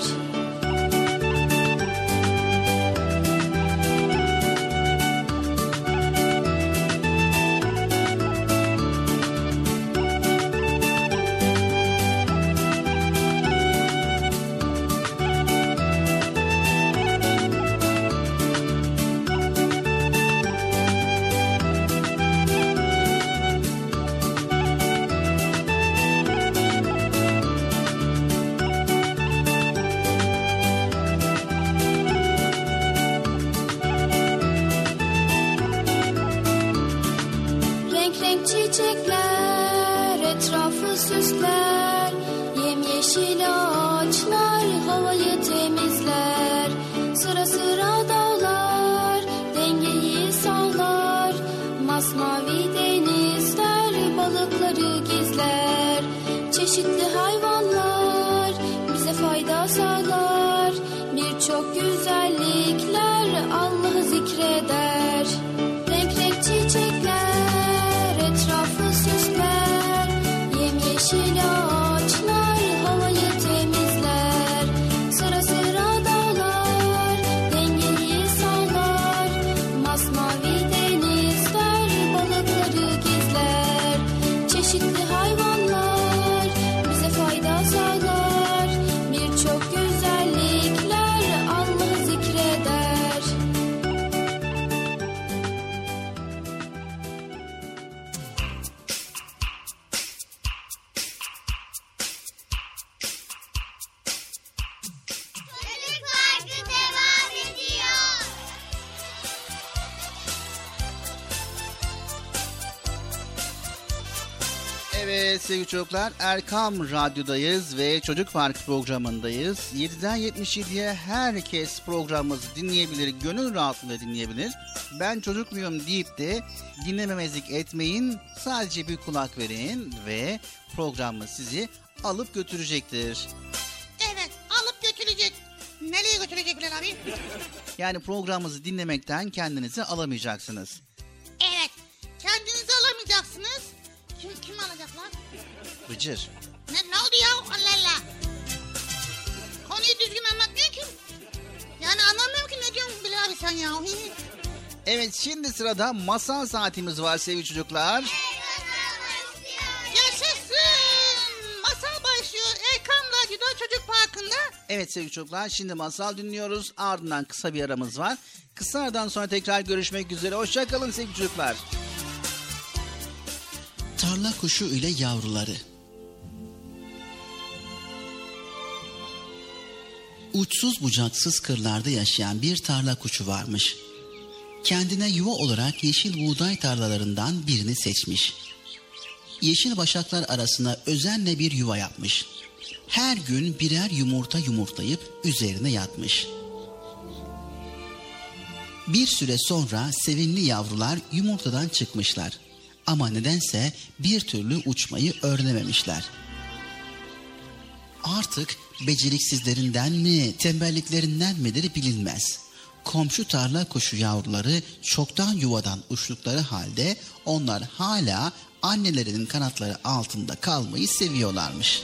Çiçekler etrafı süsler, yemyeşil ağaçlar havayı temizler. Sıra sıra dağlar dengeyi sağlar. Masmavi denizler balıkları gizler. Çeşitli hayvanlar bize fayda sağlar. Birçok güzellikler Allah'ı zikreder. Renk renk çiçekler etrafı süsler, yemyeşil ağaçlar havayı temizler. Sıra sıra dağlar dengeyi sağlar. Masmavi denizler balıkları gizler. Çeşitli hayvanlar bize fayda sağlar. Birçok güzellikler Allah'ı zikreder. Evet sevgili çocuklar, Erkam Radyo'dayız ve Çocuk Parkı programındayız. yediden yetmiş yediye herkes programımızı dinleyebilir, gönül rahatlığıyla dinleyebilir. Ben çocuk muyum deyip de dinlememezlik etmeyin, sadece bir kulak verin ve programımız sizi alıp götürecektir. Evet, alıp götürecek. Nereye götürecek Bilal abi? Yani programımızı dinlemekten kendinizi alamayacaksınız. Evet, kendinizi alamayacaksınız. Kim, kim alacaklar? Bıcır. Ne, ne oldu ya? Allah Allah. Konuyu düzgün anlatmıyor ki. Yani anlamıyorum ki, ne diyorsun Bilal abi sen ya? Evet, şimdi sırada masal saatimiz var sevgili çocuklar. Yaşasın! Masal başlıyor Erkam Radyo'da Çocuk Parkı'nda. Evet sevgili çocuklar, şimdi masal dinliyoruz. Ardından kısa bir aramız var. Kısa aradan sonra tekrar görüşmek üzere. Hoşça kalın sevgili çocuklar. Tarla kuşu ile yavruları. Uçsuz bucaksız kırlarda yaşayan bir tarla kuşu varmış. Kendine yuva olarak yeşil buğday tarlalarından birini seçmiş. Yeşil başaklar arasına özenle bir yuva yapmış. Her gün birer yumurta yumurtlayıp üzerine yatmış. Bir süre sonra sevimli yavrular yumurtadan çıkmışlar. Ama nedense bir türlü uçmayı öğrenememişler. Artık beceriksizlerinden mi, tembelliklerinden midir bilinmez. komşu tarla kuşu yavruları çoktan yuvadan uçtukları halde onlar hala annelerinin kanatları altında kalmayı seviyorlarmış.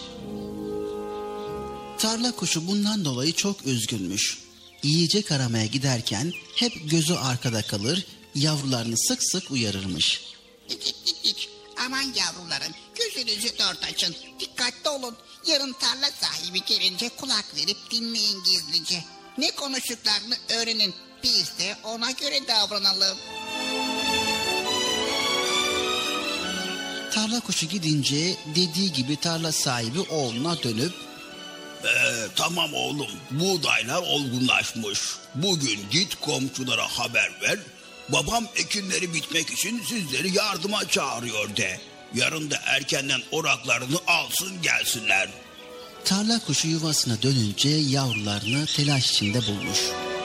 Tarla kuşu bundan dolayı çok üzgünmüş. Yiyecek aramaya giderken hep gözü arkada kalır, yavrularını sık sık uyarırmış. İk ik ik ik. Aman yavrularım, gözünüzü dört açın. Dikkatli olun. Yarın tarla sahibi gelince kulak verip dinleyin gizlice. Ne konuştuklarını öğrenin. Biz de ona göre davranalım. Tarla kuşu gidince dediği gibi tarla sahibi oğluna dönüp Ee, tamam oğlum, buğdaylar olgunlaşmış. Bugün git komşulara haber ver. Babam ekinleri bitmek için sizleri yardıma çağırıyor de. Yarın da erkenden oraklarını alsın gelsinler. tarla kuşu yuvasına dönünce yavrularını telaş içinde bulmuş.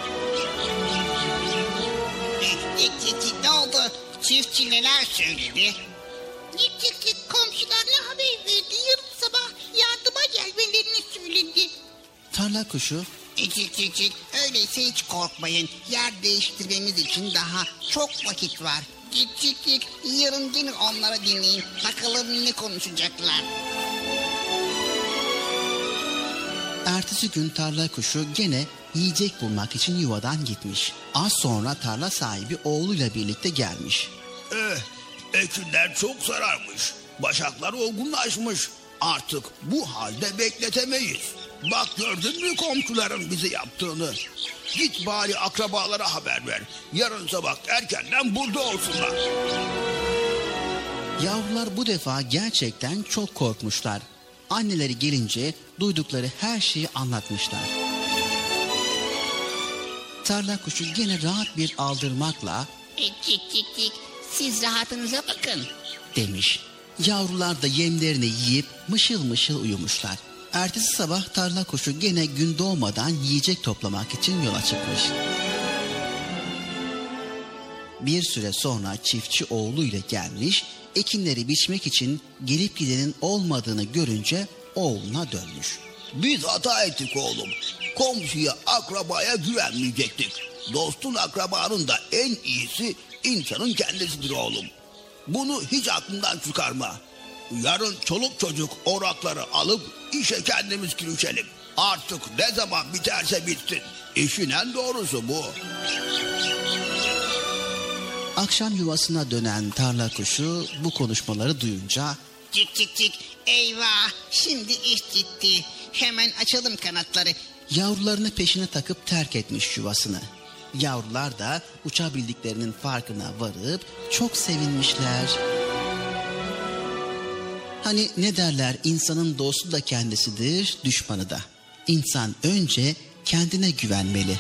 İk ik ik ik. Ne oldu? Çiftçi neler söyledi? İk ik ik. Komşularına haber verdi. Yarın sabah yardıma gelmelerini söyledi. Tarla kuşu İk ik ik ik. Öyleyse hiç korkmayın. Yer değiştirmemiz için daha çok vakit var. İk ik ik. Yarın gelin onlara dinleyin. Bakalım ne konuşacaklar. ertesi gün tarla kuşu gene yiyecek bulmak için yuvadan gitmiş. Az sonra tarla sahibi oğluyla birlikte gelmiş. Eh, ekinler çok sararmış. Başaklar olgunlaşmış. Artık bu halde bekletemeyiz. Bak gördün mü komşuların bize yaptığını? Git bari akrabalara haber ver. Yarın sabah erkenden burada olsunlar. Yavrular bu defa gerçekten çok korkmuşlar. Anneleri gelince duydukları her şeyi anlatmışlar. Tarla kuşu gene rahat bir aldırmakla İk ik ik ik. Siz rahatınıza bakın. demiş. Yavrular da yemlerini yiyip mışıl mışıl uyumuşlar. Ertesi sabah tarla kuşu gene gün doğmadan yiyecek toplamak için yola çıkmış. Bir süre sonra çiftçi oğluyla gelmiş, ekinleri biçmek için gelip gidenin olmadığını görünce oğluna dönmüş. Biz hata ettik oğlum. Komşuya, akrabaya güvenmeyecektik. Dostun, akrabanın da en iyisi insanın kendisidir oğlum. Bunu hiç aklından çıkarma. Yarın çoluk çocuk orakları alıp işe kendimiz girişelim. Artık ne zaman biterse bitsin. İşin en doğrusu bu. Akşam yuvasına dönen tarla kuşu bu konuşmaları duyunca Cik cik cik. Eyvah. Şimdi iş ciddi. Hemen açalım kanatları. yavrularını peşine takıp terk etmiş yuvasını. Yavrular da uçabildiklerinin farkına varıp çok sevinmişler. Hani ne derler, insanın dostu da kendisidir, düşmanı da. İnsan önce kendine güvenmeli.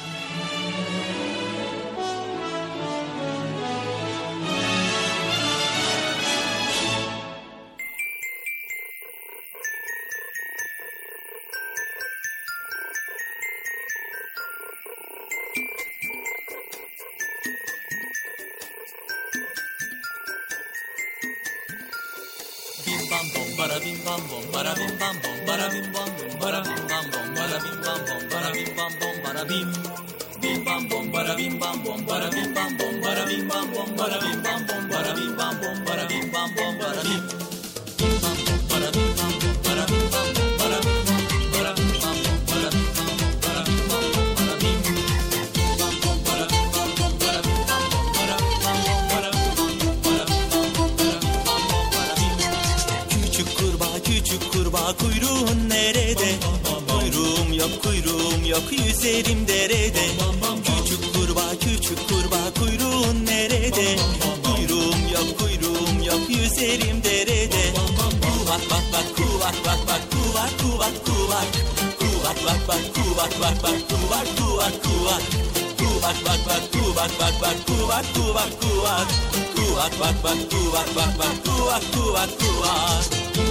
Kuyruğun nerede? Kuyruğum yok, kuyruğum yok, yüzerim derede. Küçük kurbağa, küçük kurbağa, kuyruğun nerede? Kuyruğum yok, kuyruğum yok, yüzerim derede. Kuvak bak bak, kuvak bak bak, kuvak kuvak kuvak. Kuvak bak bak, kuvak bak bak, kuvak kuvak kuvak. Kuvak bak bak, kuvak bak bak, kuvak kuvak kuvak. Kuvak bak bak, kuvak bak bak, kuvak kuvak kuvak.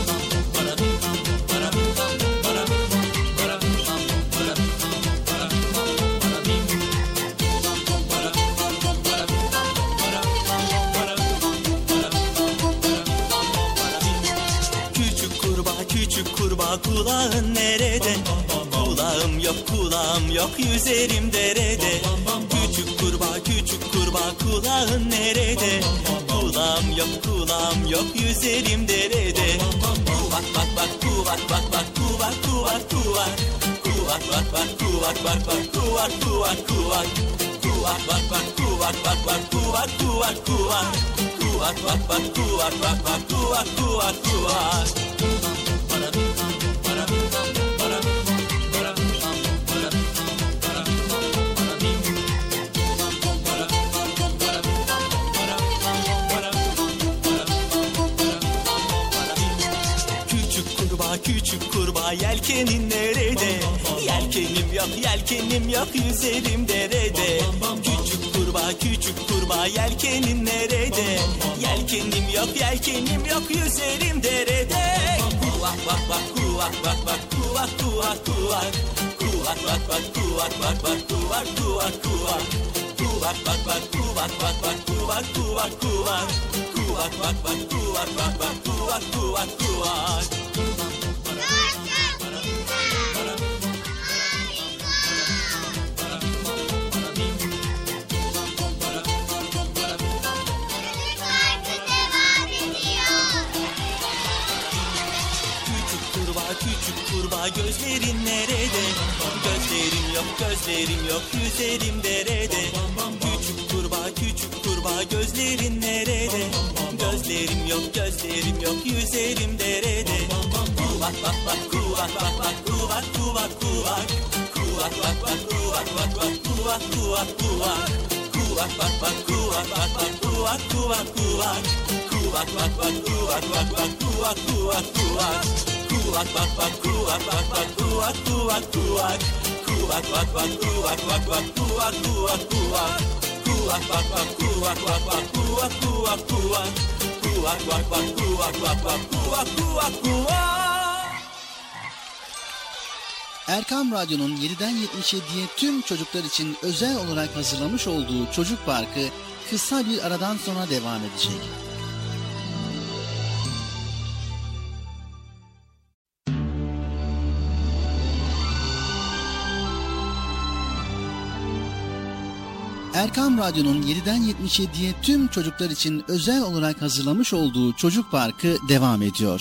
Kurbağa kulağın nerede? Kulağım yok, kulağım yok, yüzerim derede. Küçük kurbağa küçük kurbağa kulağın nerede? Kulağım yok kulağım yok yüzerim derede. Kuvak bak bak kuvak bak bak kuvak kuvak kuvak. Kuvak bak bak kuvak bak bak kuvak kuvak kuvak. Kuvak bak bak kuvak bak bak kuvak kuvak kuvak. Kuvak bak bak kuvak bak bak kuvak kuvak kuvak. Küçük kurbağa yelkenin nerede? Yelkenim yok yelkenim yok yüzerim derede. Küçük kurbağa küçük kurbağa yelkenin nerede? Yelkenim yok yelkenim yok yüzerim derede. Kuvak bak bak kuvak bak bak kuvak kuvak kuvak. Kuvak bak bak kuvak bak bak kuvak kuvak kuvak. Kuvak bak bak kuvak bak bak kuvak kuvak kuvak. Kuvak bak bak kuvak bak bak kuvak kuvak kuvak. Küçük kurbağa gözlerin nerede? Gözlerim yok gözlerim yok yüzerim derede. Küçük kurbağa küçük kurbağa gözlerin nerede? Gözlerim yok gözlerim yok yüzerim derede. Kuvak bak bak kuvak bak bak kuvak kuvak kuvak. Kuvak bak bak kuvak bak bak kuvak kuvak kuvak. Kuvak bak bak kuvak bak bak kuvak kuvak kuvak. Kuvak bak bak kuvak bak bak kuvak kuvak kuvak. Kuvak bak bak kuvak bak bak kuvak kuvak kuvak. Kuvak bak bak kuvak bak bak kuvak kuvak kuvak. Kuvak bak bak kuvak bak bak kuvak kuvak kuvak. Kuvak bak bak kuvak bak bak kuvak kuvak kuvak. Erkam Radyo'nun yediden yetmişe diye tüm çocuklar için özel olarak hazırlamış olduğu Çocuk Parkı kısa bir aradan sonra devam edecek. Erkam Radyo'nun yediden yetmişe diye tüm çocuklar için özel olarak hazırlamış olduğu Çocuk Parkı devam ediyor.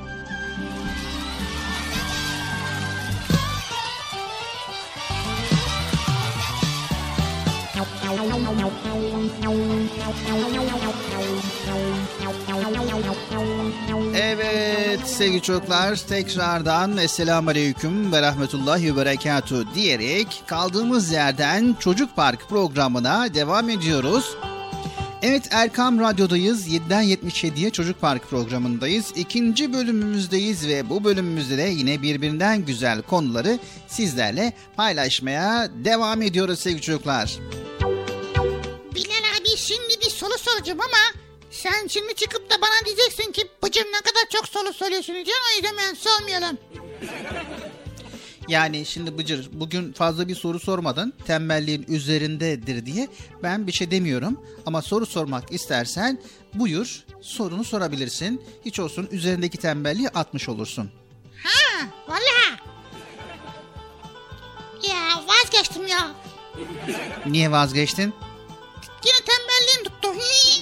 Evet sevgili çocuklar, tekrardan Esselamu Aleyküm ve Rahmetullahi ve Berekatuhu diyerek kaldığımız yerden Çocuk Park programına devam ediyoruz. Evet, Erkam Radyo'dayız. yediden yetmiş yediye Çocuk Park programındayız. İkinci bölümümüzdeyiz ve bu bölümümüzde de yine birbirinden güzel konuları sizlerle paylaşmaya devam ediyoruz sevgili çocuklar. Bilal abi, şimdi bir soru soracağım ama sen şimdi çıkıp da bana diyeceksin ki bıcım ne kadar çok soru soruyorsun diyeceksin, o yüzden ben sormayalım. Yani şimdi Bıcır, bugün fazla bir soru sormadın, tembelliğin üzerindedir diye ben bir şey demiyorum. Ama soru sormak istersen buyur, sorunu sorabilirsin. Hiç olsun üzerindeki tembelliği atmış olursun. Ha, vallahi. Ya vazgeçtim ya. Niye vazgeçtin? Yine tembelliğim tuttu.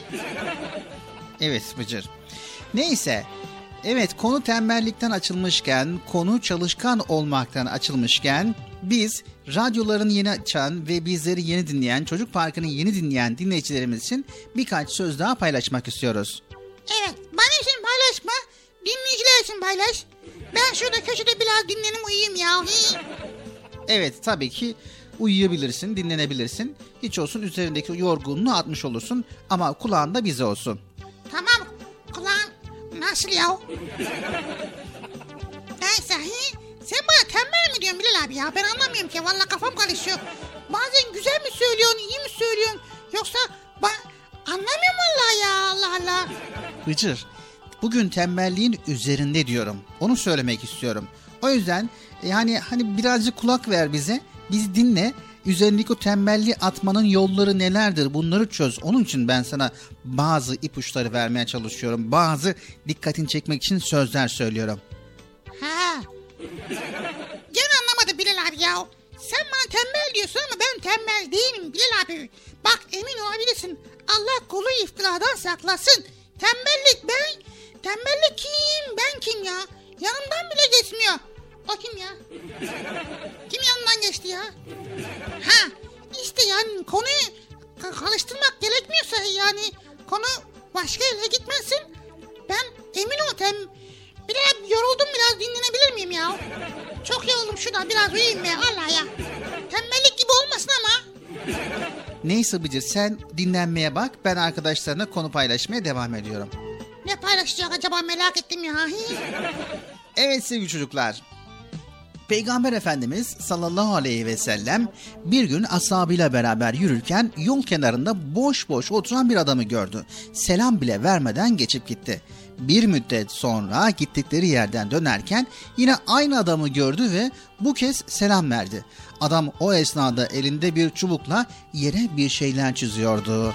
Evet Bıcır. Neyse. Evet, konu tembellikten açılmışken, konu çalışkan olmaktan açılmışken biz radyoların yeni açan ve bizleri yeni dinleyen, Çocuk Parkı'nı yeni dinleyen dinleyicilerimiz için birkaç söz daha paylaşmak istiyoruz. Evet, bana için paylaşma, dinleyiciler için paylaş. Ben şurada köşede biraz dinlenim, uyuyayım ya. Evet, tabii ki uyuyabilirsin, dinlenebilirsin. Hiç olsun üzerindeki yorgunluğu atmış olursun ama kulağında bize olsun. Tamam, kulağın nasıl ya? Neyse, he? Sen bana tembel mi diyorsun Bilal abi ya? Ben anlamıyorum ki, vallahi kafam karışıyor. Bazen güzel mi söylüyorsun, iyi mi söylüyorsun? Yoksa ben anlamıyorum vallahi ya, Allah Allah. Bıcır, bugün tembelliğin üzerinde diyorum. Onu söylemek istiyorum. O yüzden yani hani birazcık kulak ver bize. Biz dinle. Üzerindeki o tembelliği atmanın yolları nelerdir? Bunları çöz. Onun için ben sana bazı ipuçları vermeye çalışıyorum. Bazı dikkatini çekmek için sözler söylüyorum. Ha. Gene anlamadım Bilal abi ya. sen bana tembel diyorsun ama ben tembel değilim Bilal abi. Bak emin olabilirsin. Allah kulu iftiradan saklasın. Tembellik ben. Tembellik kim? Ben kim ya? Yanımdan bile geçmiyor. O kim ya? Kim yanından geçti ya? Ha işte yani konuyu karıştırmak gerekmiyorsa yani konu başka yere gitmesin. Ben emin ol tem... Biraz yoruldum, biraz dinlenebilir miyim ya? Çok yoruldum, şuradan biraz uyuyayım ya Allah ya. Tembellik gibi olmasın ama. Neyse Bıcır, sen dinlenmeye bak, ben arkadaşlarına konu paylaşmaya devam ediyorum. Ne paylaşacak acaba, merak ettim ya. Evet sevgili çocuklar. Peygamber Efendimiz sallallahu aleyhi ve sellem bir gün ashabıyla beraber yürürken yol kenarında boş boş oturan bir adamı gördü. Selam bile vermeden geçip gitti. Bir müddet sonra gittikleri yerden dönerken yine aynı adamı gördü ve bu kez selam verdi. Adam o esnada elinde bir çubukla yere bir şeyler çiziyordu.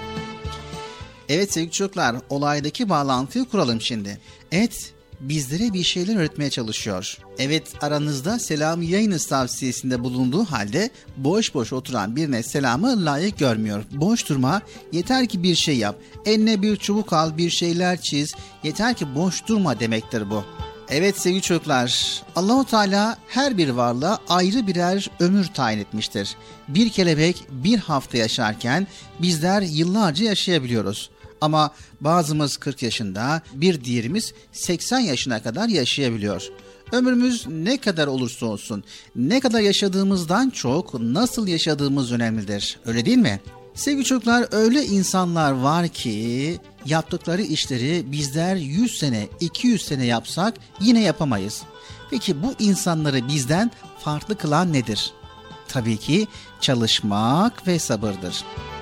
Evet sevgili çocuklar, olaydaki bağlantıyı kuralım şimdi. Evet, bizlere bir şeyler öğretmeye çalışıyor. Evet, aranızda selam yayınız tavsiyesinde bulunduğu halde boş boş oturan birine selamı layık görmüyor. Boş durma, yeter ki bir şey yap. Eline bir çubuk al, bir şeyler çiz. Yeter ki boş durma demektir bu. Evet sevgili çocuklar, Allah-u Teala her bir varlığa ayrı birer ömür tayin etmiştir. Bir kelebek bir hafta yaşarken bizler yıllarca yaşayabiliyoruz. Ama bazımız kırk yaşında, bir diğerimiz seksen yaşına kadar yaşayabiliyor. Ömrümüz ne kadar olursa olsun, ne kadar yaşadığımızdan çok nasıl yaşadığımız önemlidir. Öyle değil mi? Sevgili çocuklar, öyle insanlar var ki yaptıkları işleri bizler yüz sene, iki yüz sene yapsak yine yapamayız. Peki bu insanları bizden farklı kılan nedir? Tabii ki çalışmak ve sabırdır.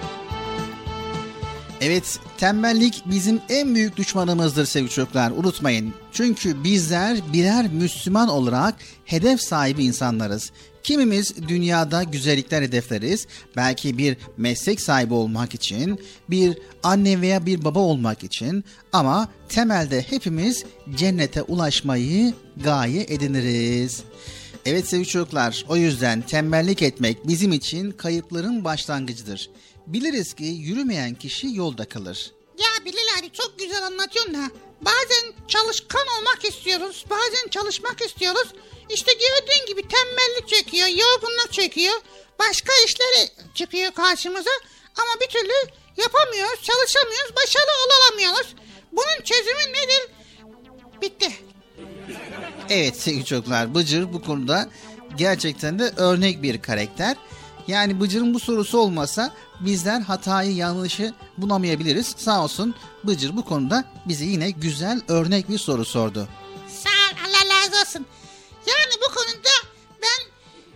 Evet, tembellik bizim en büyük düşmanımızdır sevgili çocuklar, unutmayın. Çünkü bizler birer Müslüman olarak hedef sahibi insanlarız. Kimimiz dünyada güzellikler hedefleriz, belki bir meslek sahibi olmak için, bir anne veya bir baba olmak için, ama temelde hepimiz cennete ulaşmayı gaye ediniriz. Evet sevgili çocuklar, o yüzden tembellik etmek bizim için kayıpların başlangıcıdır. Biliriz ki yürümeyen kişi yolda kalır. Ya Bilal abi çok güzel anlatıyorsun da bazen çalışkan olmak istiyoruz, bazen çalışmak istiyoruz. İşte gördüğün gibi tembellik çekiyor, yorgunluk çekiyor, başka işleri çıkıyor karşımıza ama bir türlü yapamıyoruz, çalışamıyoruz, başarılı olamıyoruz. Bunun çözümü nedir? Bitti. Evet sevgili çocuklar, Bıcır bu konuda gerçekten de örnek bir karakter. Yani Bıcır'ın bu sorusu olmasa bizler hatayı, yanlışı bulamayabiliriz. Sağ olsun Bıcır bu konuda bize yine güzel örnek bir soru sordu. Sağ ol, Allah razı olsun. Yani bu konuda ben...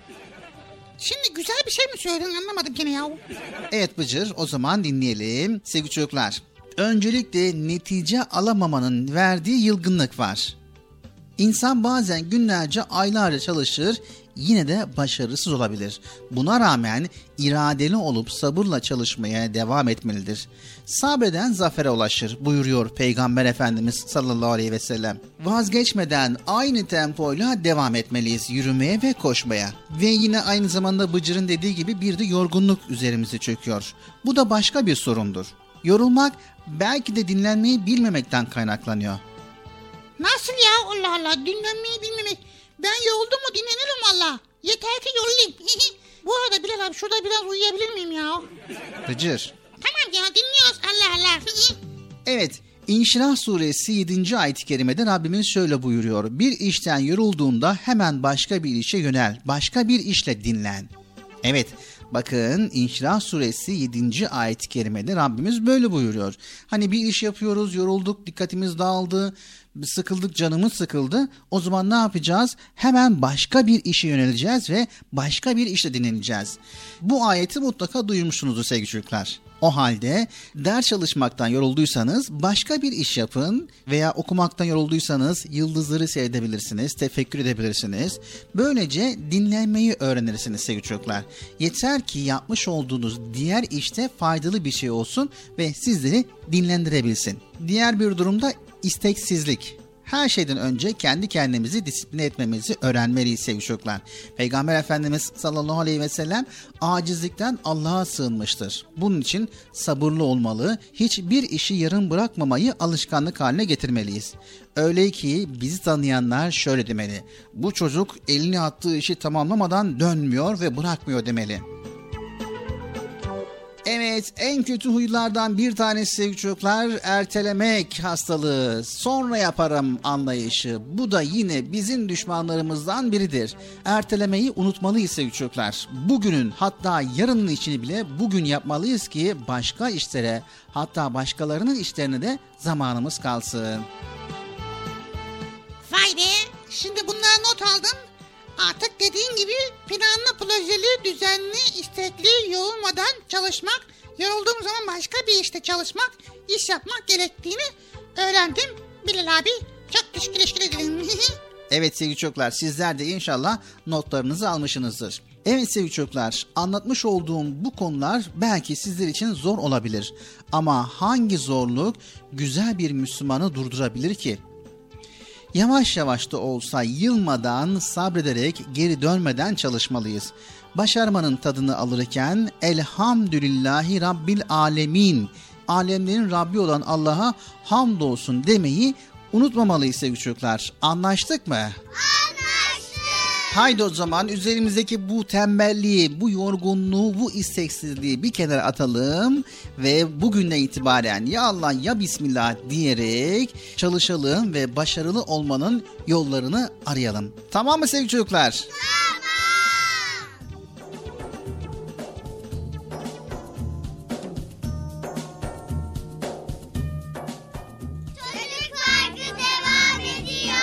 Şimdi güzel bir şey mi söyledin, anlamadım gene ya. Evet Bıcır, o zaman dinleyelim. Sevgili çocuklar, öncelikle netice alamamanın verdiği yılgınlık var. İnsan bazen günlerce, aylarca çalışır, yine de başarısız olabilir. Buna rağmen iradeli olup sabırla çalışmaya devam etmelidir. Sabreden zafere ulaşır buyuruyor Peygamber Efendimiz sallallahu aleyhi ve sellem. Vazgeçmeden aynı tempoyla devam etmeliyiz yürümeye ve koşmaya. Ve yine aynı zamanda Bıcır'ın dediği gibi bir de yorgunluk üzerimize çöküyor. Bu da başka bir sorundur. Yorulmak belki de dinlenmeyi bilmemekten kaynaklanıyor. Nasıl ya, Allah Allah, dinlenmeyi bilmemek. Ben yoruldum mu dinlenirim valla. Yeter ki yorulayım. Bu arada Bilal abi şurada biraz uyuyabilir miyim ya? Bıcır. Tamam ya, dinliyoruz, Allah Allah. Evet, İnşirah suresi yedinci ayet-i kerimede Rabbimiz şöyle buyuruyor. Bir işten yorulduğunda hemen başka bir işe yönel. Başka bir işle dinlen. Evet, bakın İnşirah suresi yedinci ayet-i kerimede Rabbimiz böyle buyuruyor. Hani bir iş yapıyoruz, yorulduk, dikkatimiz dağıldı, sıkıldık, canımız sıkıldı. O zaman ne yapacağız? Hemen başka bir işe yöneleceğiz ve başka bir işle dinleneceğiz. Bu ayeti mutlaka duymuşsunuzdur sevgili çocuklar. O halde ders çalışmaktan yorulduysanız başka bir iş yapın veya okumaktan yorulduysanız yıldızları seyredebilirsiniz, tefekkür edebilirsiniz. Böylece dinlenmeyi öğrenirsiniz sevgili çocuklar. Yeter ki yapmış olduğunuz diğer işte faydalı bir şey olsun ve sizleri dinlendirebilsin. Diğer bir durumda isteksizlik. Her şeyden önce kendi kendimizi disipline etmemizi öğrenmeliyiz sevgili çocuklar. Peygamber Efendimiz sallallahu aleyhi ve sellem acizlikten Allah'a sığınmıştır. Bunun için sabırlı olmalı, hiçbir işi yarım bırakmamayı alışkanlık haline getirmeliyiz. Öyle ki bizi tanıyanlar şöyle demeli: bu çocuk elini attığı işi tamamlamadan dönmüyor ve bırakmıyor demeli. Evet, en kötü huylardan bir tanesi sevgili çocuklar, ertelemek hastalığı, sonra yaparım anlayışı. Bu da yine bizim düşmanlarımızdan biridir. Ertelemeyi unutmalıyız sevgili çocuklar. Bugünün, hatta yarının işini bile bugün yapmalıyız ki başka işlere, hatta başkalarının işlerine de zamanımız kalsın. Vay be, şimdi bunları not aldım. Artık dediğin gibi planlı, projeli, düzenli, istekli, yorulmadan çalışmak, yorulduğum zaman başka bir işte çalışmak, iş yapmak gerektiğini öğrendim. Bilal abi, çok teşekkür ederim. Evet sevgili çocuklar, sizler de inşallah notlarınızı almışsınızdır. Evet sevgili çocuklar, anlatmış olduğum bu konular belki sizler için zor olabilir. Ama hangi zorluk güzel bir Müslümanı durdurabilir ki? Yavaş yavaş da olsa yılmadan, sabrederek, geri dönmeden çalışmalıyız. Başarmanın tadını alırken elhamdülillahi Rabbil alemin, alemlerin Rabbi olan Allah'a hamdolsun demeyi unutmamalıyız sevgili çocuklar. Anlaştık mı? Anlaştık. Haydi o zaman üzerimizdeki bu tembelliği, bu yorgunluğu, bu isteksizliği bir kenara atalım ve bugünden itibaren ya Allah ya Bismillah diyerek çalışalım ve başarılı olmanın yollarını arayalım. Tamam mı sevgili çocuklar? Tamam. Çocuk Parkı devam ediyor.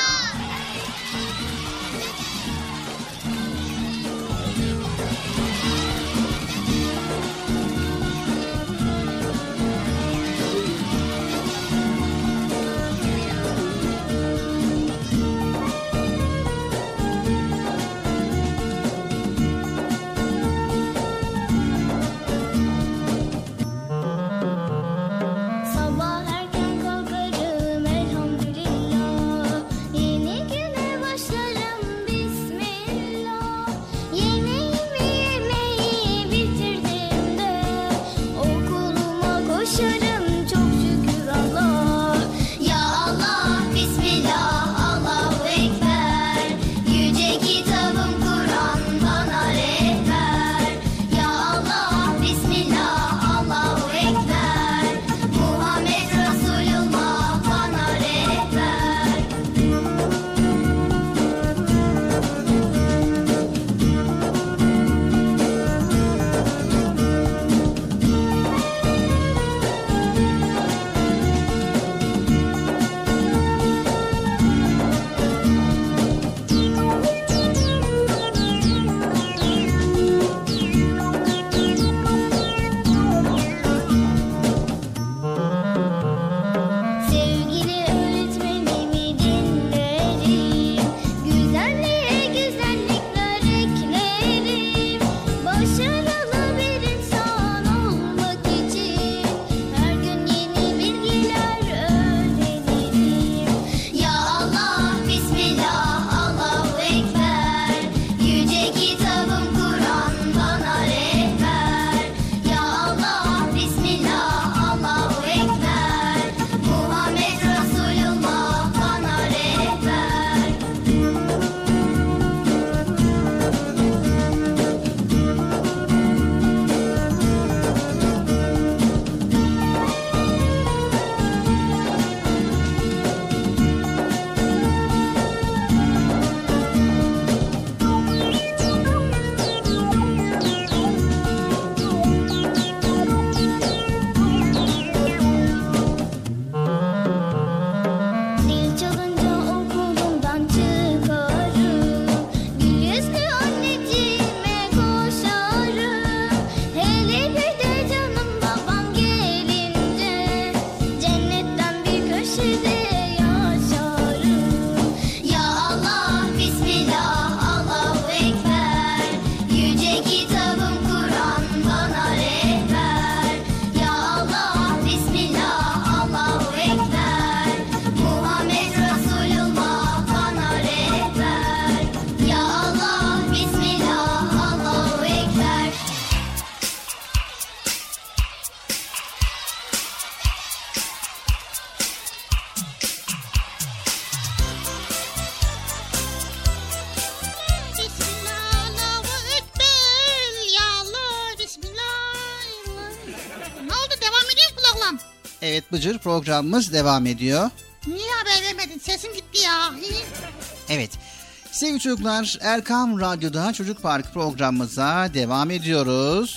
Evet Bıcır, programımız devam ediyor. Niye haber vermedin? Sesim gitti ya. Evet. Sevgili çocuklar, Erkam Radyo'da Çocuk Parkı programımıza devam ediyoruz.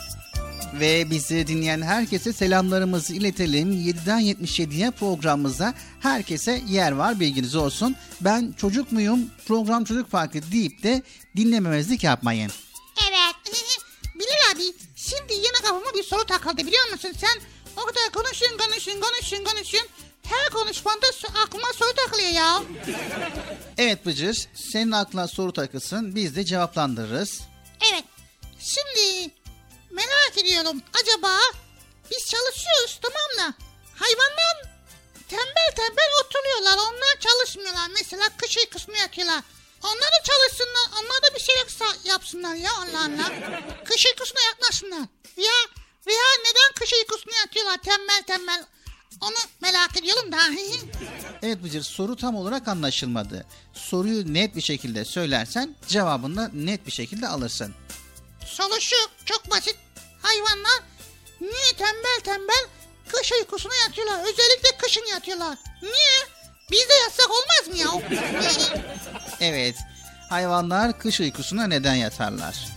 Ve bizi dinleyen herkese selamlarımızı iletelim. yediden yetmiş yediye programımızda herkese yer var, bilginiz olsun. Ben çocuk muyum, program Çocuk Parkı deyip de dinlememezlik yapmayın. Evet. Bilal abi, şimdi yine kafama bir soru takıldı biliyor musun? Sen o kadar konuşun konuşun konuşun konuşun. Her konuşmanda aklıma soru takılıyor ya. Evet Bıcır, senin aklına soru takılsın, biz de cevaplandırırız. Evet. Şimdi merak ediyorum, acaba biz çalışıyoruz tamam mı? Hayvanlar tembel tembel oturuyorlar, onlar çalışmıyorlar. Mesela kış uykusunu yatıyorlar. Onlar da çalışsınlar, onlar da bir şey yapsınlar ya, Allah Allah. Kış uykusuna yatmasınlar. Ya veya neden kış uykusuna yatıyorlar tembel tembel? Onu merak ediyorum da. Evet Bıcır, soru tam olarak anlaşılmadı. Soruyu net bir şekilde söylersen cevabını da net bir şekilde alırsın. Soru şu, çok basit. Hayvanlar niye tembel tembel kış uykusuna yatıyorlar? Özellikle kışın yatıyorlar. Niye? Biz de yatsak olmaz mı ya? Evet, hayvanlar kış uykusuna neden yatarlar?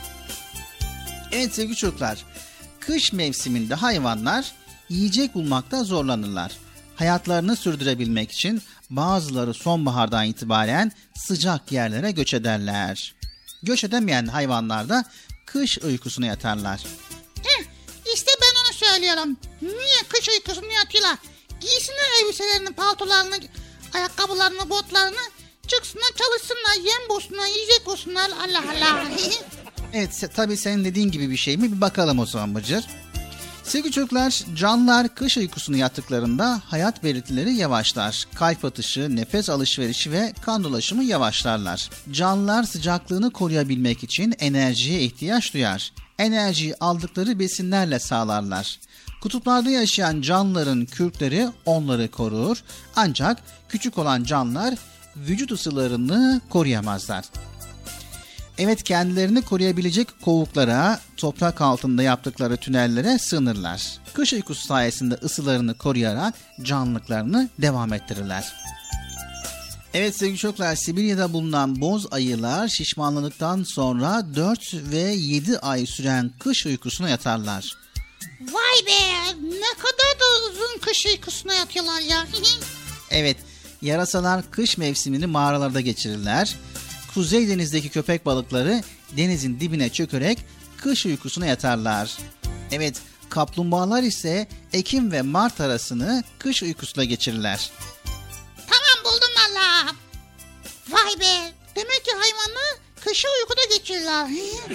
Evet sevgili çocuklar, kış mevsiminde hayvanlar yiyecek bulmakta zorlanırlar. Hayatlarını sürdürebilmek için bazıları sonbahardan itibaren sıcak yerlere göç ederler. Göç edemeyen hayvanlar da kış uykusuna yatarlar. Heh, işte ben onu söylüyorum. Niye kış uykusuna yatıyorlar? Giysinler elbiselerini, paltolarını, ayakkabılarını, botlarını, çıksınlar çalışsınlar, yem bulsunlar, yiyecek bulsunlar. Allah Allah. Evet, tabii senin dediğin gibi bir şey mi? Bir bakalım o zaman Bıcır. Sevgili çocuklar, canlılar kış uykusunu yattıklarında hayat belirtileri yavaşlar. Kalp atışı, nefes alışverişi ve kan dolaşımı yavaşlarlar. Canlılar sıcaklığını koruyabilmek için enerjiye ihtiyaç duyar. Enerjiyi aldıkları besinlerle sağlarlar. Kutuplarda yaşayan canlıların kürkleri onları korur. Ancak küçük olan canlılar vücut ısılarını koruyamazlar. Evet, kendilerini koruyabilecek kovuklara, toprak altında yaptıkları tünellere sığınırlar. Kış uykusu sayesinde ısılarını koruyarak canlılıklarını devam ettirirler. Evet sevgili çocuklar, Sibirya'da bulunan boz ayılar şişmanladıktan sonra dört ve yedi ay süren kış uykusuna yatarlar. Vay be, ne kadar da uzun kış uykusuna yatıyorlar ya. Evet, yarasalar kış mevsimini mağaralarda geçirirler. Kuzey denizdeki köpek balıkları denizin dibine çökerek kış uykusuna yatarlar. Evet, kaplumbağalar ise Ekim ve Mart arasını kış uykusuna geçirirler. Tamam, buldum valla. Vay be, demek ki hayvanlar kışı uykuda geçirirler.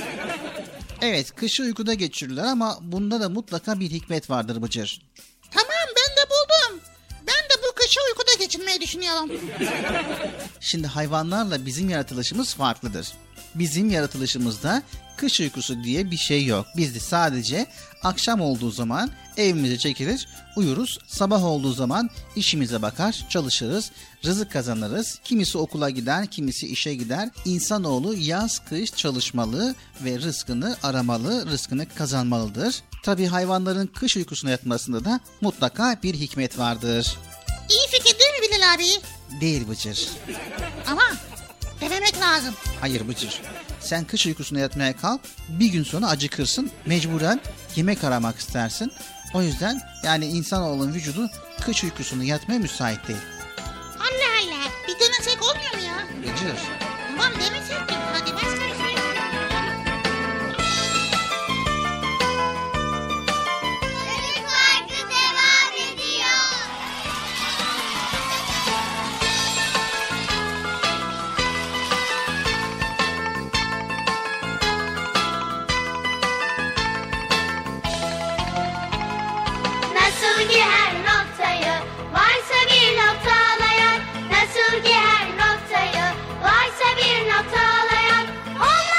Evet, kışı uykuda geçirirler ama bunda da mutlaka bir hikmet vardır Bıcır. Tamam, ben de buldum. Ben de bu kışı uykuda geçirmeyi düşünüyorum. Şimdi hayvanlarla bizim yaratılışımız farklıdır. Bizim yaratılışımızda kış uykusu diye bir şey yok. Biz de sadece akşam olduğu zaman evimize çekilir, uyuruz. Sabah olduğu zaman işimize bakar, çalışırız, rızık kazanırız. Kimisi okula gider, kimisi işe gider. İnsanoğlu yaz kış çalışmalı ve rızkını aramalı, rızkını kazanmalıdır. Tabii hayvanların kış uykusuna yatmasında da mutlaka bir hikmet vardır. İyi fikir değil mi Bilal abi? Değil Bıcır. Ama denemek lazım. Hayır Bıcır. Sen kış uykusuna yatmaya kalk, bir gün sonra acıkırsın, mecburen yemek aramak istersin. O yüzden yani insanoğlunun vücudu kış uykusunu yatmaya müsait değil. Allah Allah, bir denesek olmuyor mu ya? Bıcır. Tamam, denesek mi? Hadi başlayalım. Çocuk Parkı devam ediyor. Nasıl ki her noktayı varsa bir noktalayan, nasıl ki her noktayı varsa bir noktalayan, onlar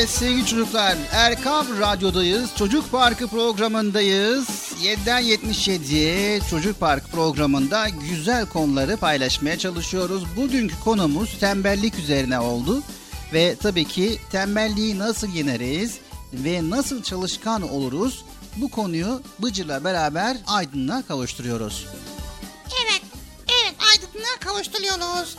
Evet sevgili çocuklar, Erkam Radyo'dayız. Çocuk Parkı programındayız. yediden yetmiş yediye Çocuk Parkı programında güzel konuları paylaşmaya çalışıyoruz. Bugünkü konumuz tembellik üzerine oldu. Ve tabii ki tembelliği nasıl yeneriz ve nasıl çalışkan oluruz? Bu konuyu Bıcır'la beraber aydınlığa kavuşturuyoruz. Evet, evet aydınlığa kavuşturuyoruz.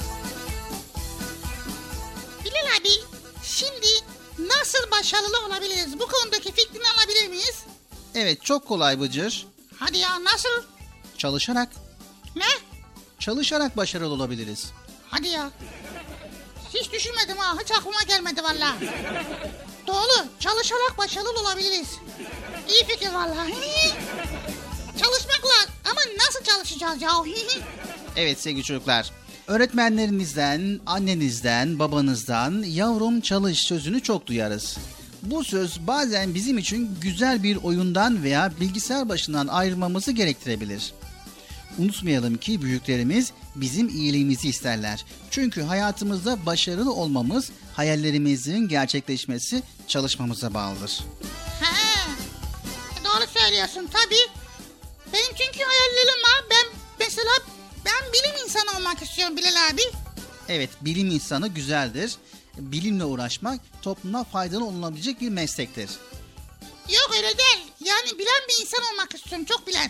Bilal abi, şimdi nasıl başarılı olabiliriz? Bu konudaki fikrini alabilir miyiz? Evet, çok kolay Bıcır. Hadi ya, nasıl? Çalışarak. Ne? Çalışarak başarılı olabiliriz. Hadi ya. Hiç düşünmedim ha, hiç aklıma gelmedi valla. Doğru, çalışarak başarılı olabiliriz. İyi fikir valla. Çalışmakla, ama nasıl çalışacağız ya? Evet sevgili çocuklar. Öğretmenlerinizden, annenizden, babanızdan yavrum çalış sözünü çok duyarız. Bu söz bazen bizim için güzel bir oyundan veya bilgisayar başından ayrılmamızı gerektirebilir. Unutmayalım ki büyüklerimiz bizim iyiliğimizi isterler. Çünkü hayatımızda başarılı olmamız, hayallerimizin gerçekleşmesi çalışmamıza bağlıdır. He, doğru söylüyorsun tabii. Benim çünkü hayallerim var. Ben mesela ben bilim insanı olmak istiyorum Bilal abi. Evet, bilim insanı güzeldir. Bilimle uğraşmak topluma faydalı olunabilecek bir meslektir. Yok öyle değil. Yani bilen bir insan olmak istiyorum. Çok bilen.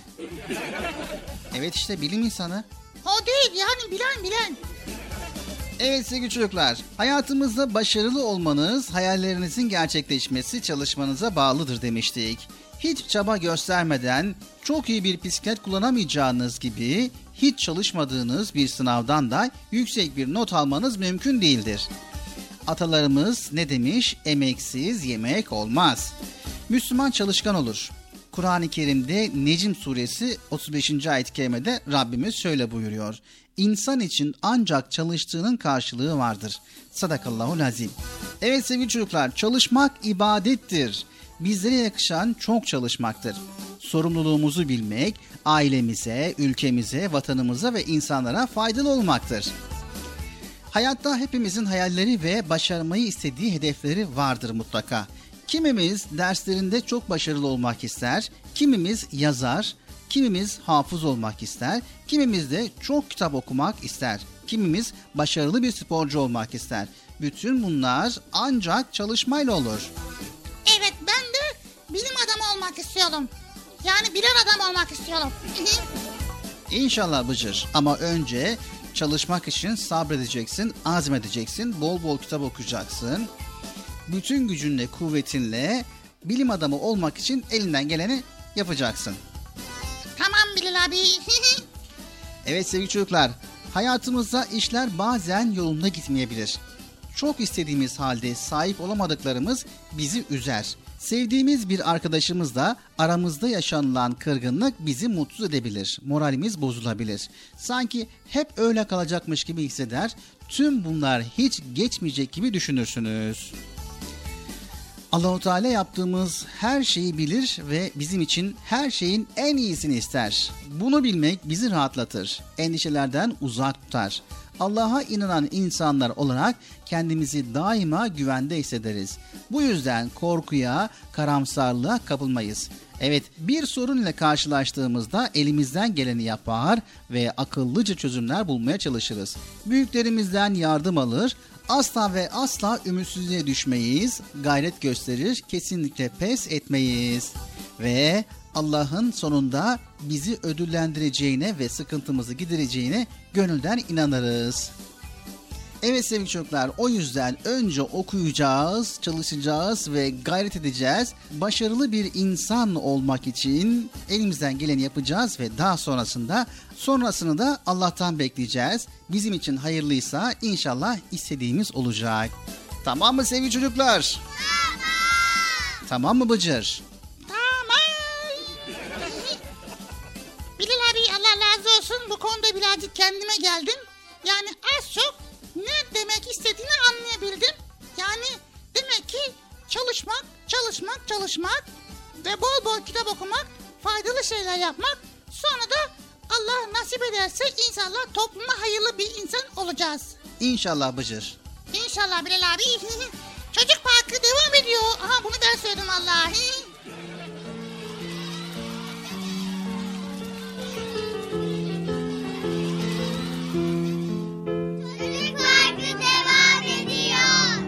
Evet işte bilim insanı. O değil yani bilen bilen. Evet sevgili çocuklar, hayatımızda başarılı olmanız, hayallerinizin gerçekleşmesi çalışmanıza bağlıdır demiştik. Hiç çaba göstermeden çok iyi bir bisiklet kullanamayacağınız gibi hiç çalışmadığınız bir sınavdan da yüksek bir not almanız mümkün değildir. Atalarımız ne demiş? Emeksiz yemek olmaz. Müslüman çalışkan olur. Kur'an-ı Kerim'de Necm suresi otuz beşinci ayet-i kerimede Rabbimiz şöyle buyuruyor. İnsan için ancak çalıştığının karşılığı vardır. Sadakallahul azim. Evet sevgili çocuklar, çalışmak ibadettir. Bizlere yakışan çok çalışmaktır. Sorumluluğumuzu bilmek, ailemize, ülkemize, vatanımıza ve insanlara faydalı olmaktır. Hayatta hepimizin hayalleri ve başarmayı istediği hedefleri vardır mutlaka. Kimimiz derslerinde çok başarılı olmak ister, kimimiz yazar, kimimiz hafız olmak ister, kimimiz de çok kitap okumak ister, kimimiz başarılı bir sporcu olmak ister. Bütün bunlar ancak çalışmayla olur. Evet ben de bilim adamı olmak istiyorum. Yani bilen adam olmak istiyorum. İnşallah Bıcır, ama önce çalışmak için sabredeceksin, azmedeceksin, bol bol kitap okuyacaksın. Bütün gücünle, kuvvetinle bilim adamı olmak için elinden geleni yapacaksın. Tamam Bilal abi. Evet sevgili çocuklar, hayatımızda işler bazen yolunda gitmeyebilir. Çok istediğimiz halde sahip olamadıklarımız bizi üzer. Sevdiğimiz bir arkadaşımızla aramızda yaşanılan kırgınlık bizi mutsuz edebilir. Moralimiz bozulabilir. Sanki hep öyle kalacakmış gibi hisseder. Tüm bunlar hiç geçmeyecek gibi düşünürsünüz. Allah-u Teala yaptığımız her şeyi bilir ve bizim için her şeyin en iyisini ister. Bunu bilmek bizi rahatlatır, endişelerden uzak tutar. Allah'a inanan insanlar olarak kendimizi daima güvende hissederiz. Bu yüzden korkuya, karamsarlığa kapılmayız. Evet, bir sorun ile karşılaştığımızda elimizden geleni yapar ve akıllıca çözümler bulmaya çalışırız. Büyüklerimizden yardım alır, asla ve asla ümitsizliğe düşmeyiz, gayret gösterir, kesinlikle pes etmeyiz. Ve Allah'ın sonunda bizi ödüllendireceğine ve sıkıntımızı gidereceğine gönülden inanırız. Evet sevgili çocuklar, o yüzden önce okuyacağız, çalışacağız ve gayret edeceğiz. Başarılı bir insan olmak için elimizden geleni yapacağız ve daha sonrasında sonrasını da Allah'tan bekleyeceğiz. Bizim için hayırlıysa inşallah istediğimiz olacak. Tamam mı sevgili çocuklar? Tamam. Tamam mı Bıcır? Bilal abi Allah razı olsun, bu konuda birazcık kendime geldim. Yani az çok ne demek istediğini anlayabildim. Yani demek ki çalışmak, çalışmak, çalışmak ve bol bol kitap okumak, faydalı şeyler yapmak. Sonra da Allah nasip ederse inşallah topluma hayırlı bir insan olacağız. İnşallah Bıcır. İnşallah Bilal abi. Çocuk Parkı devam ediyor. Aha bunu ben söyledim vallahi. Çocuk Parkı devam ediyor.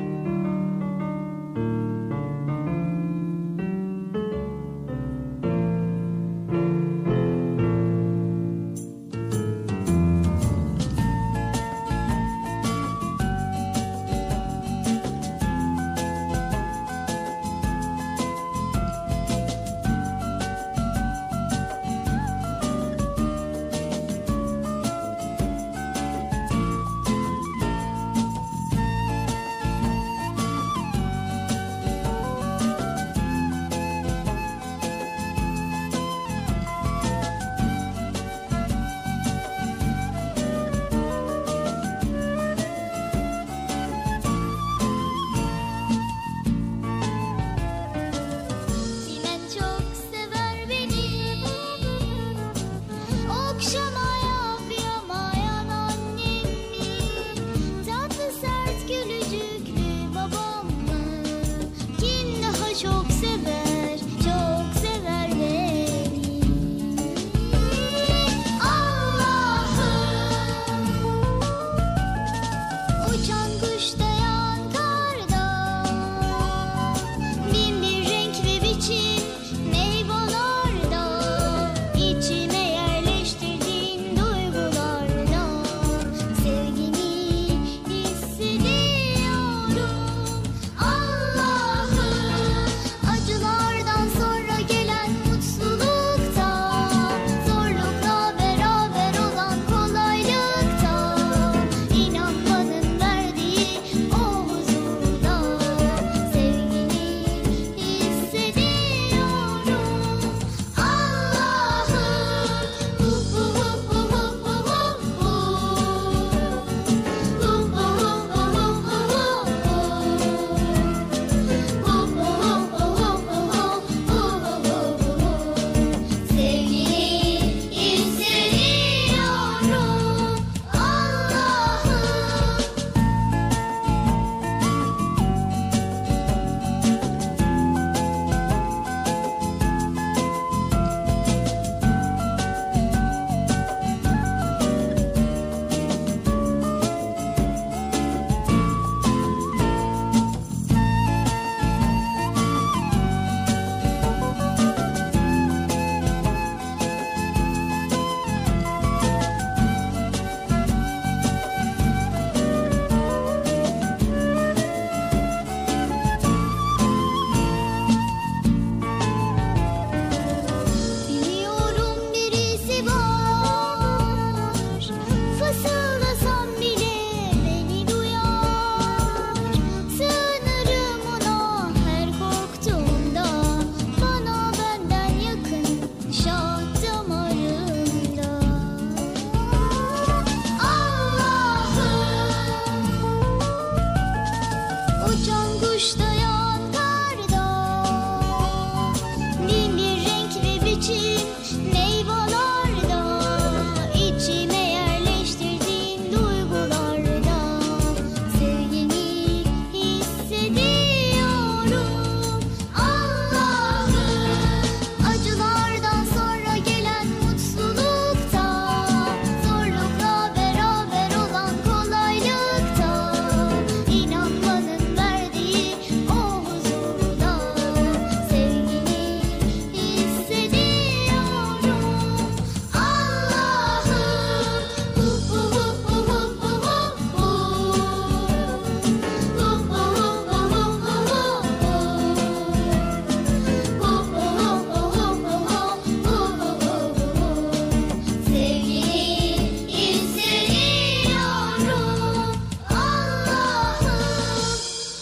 Çimen çok sever beni, okşamaya kıyamayan annemi, tatlı sert gülücüklü babamı, kim daha çok sever, çok sever beni. Allah'ım, uçan kuş dayan karda, bin bir renk ve biçim meyvelarda, içime yerleştirdiğin duygularla sevgini hissediyorum. Allah'ım, acılardan sonra gelen mutlulukta, zorlukla beraber olan kolaylıkta, inanmanın verdiği o huzurda sevgini hissediyorum. Allah'ım, hu hu hu hu hu hu sevgini hissediyorum. Allah'ım. Biliyorum birisi var, fısıldasam bile beni duyar. Sığınırım ona her korktuğumda, bana benden yakın şah damarında. Allah'ım, uçan kuş dayan karda, bin bir renk ve biçim meyvelarda, içime yerleştirdiğin duygularda sevgini hissediyorum. Allah'ım, acılardan sonra gelen mutlulukta, zorlukla beraber olan kolaylıkta, inanmanın verdiği o huzurda sevgini hissediyorum. Allah'ım, hu hu hu hu hu hu hu sevgini hissediyorum. Allah'ım.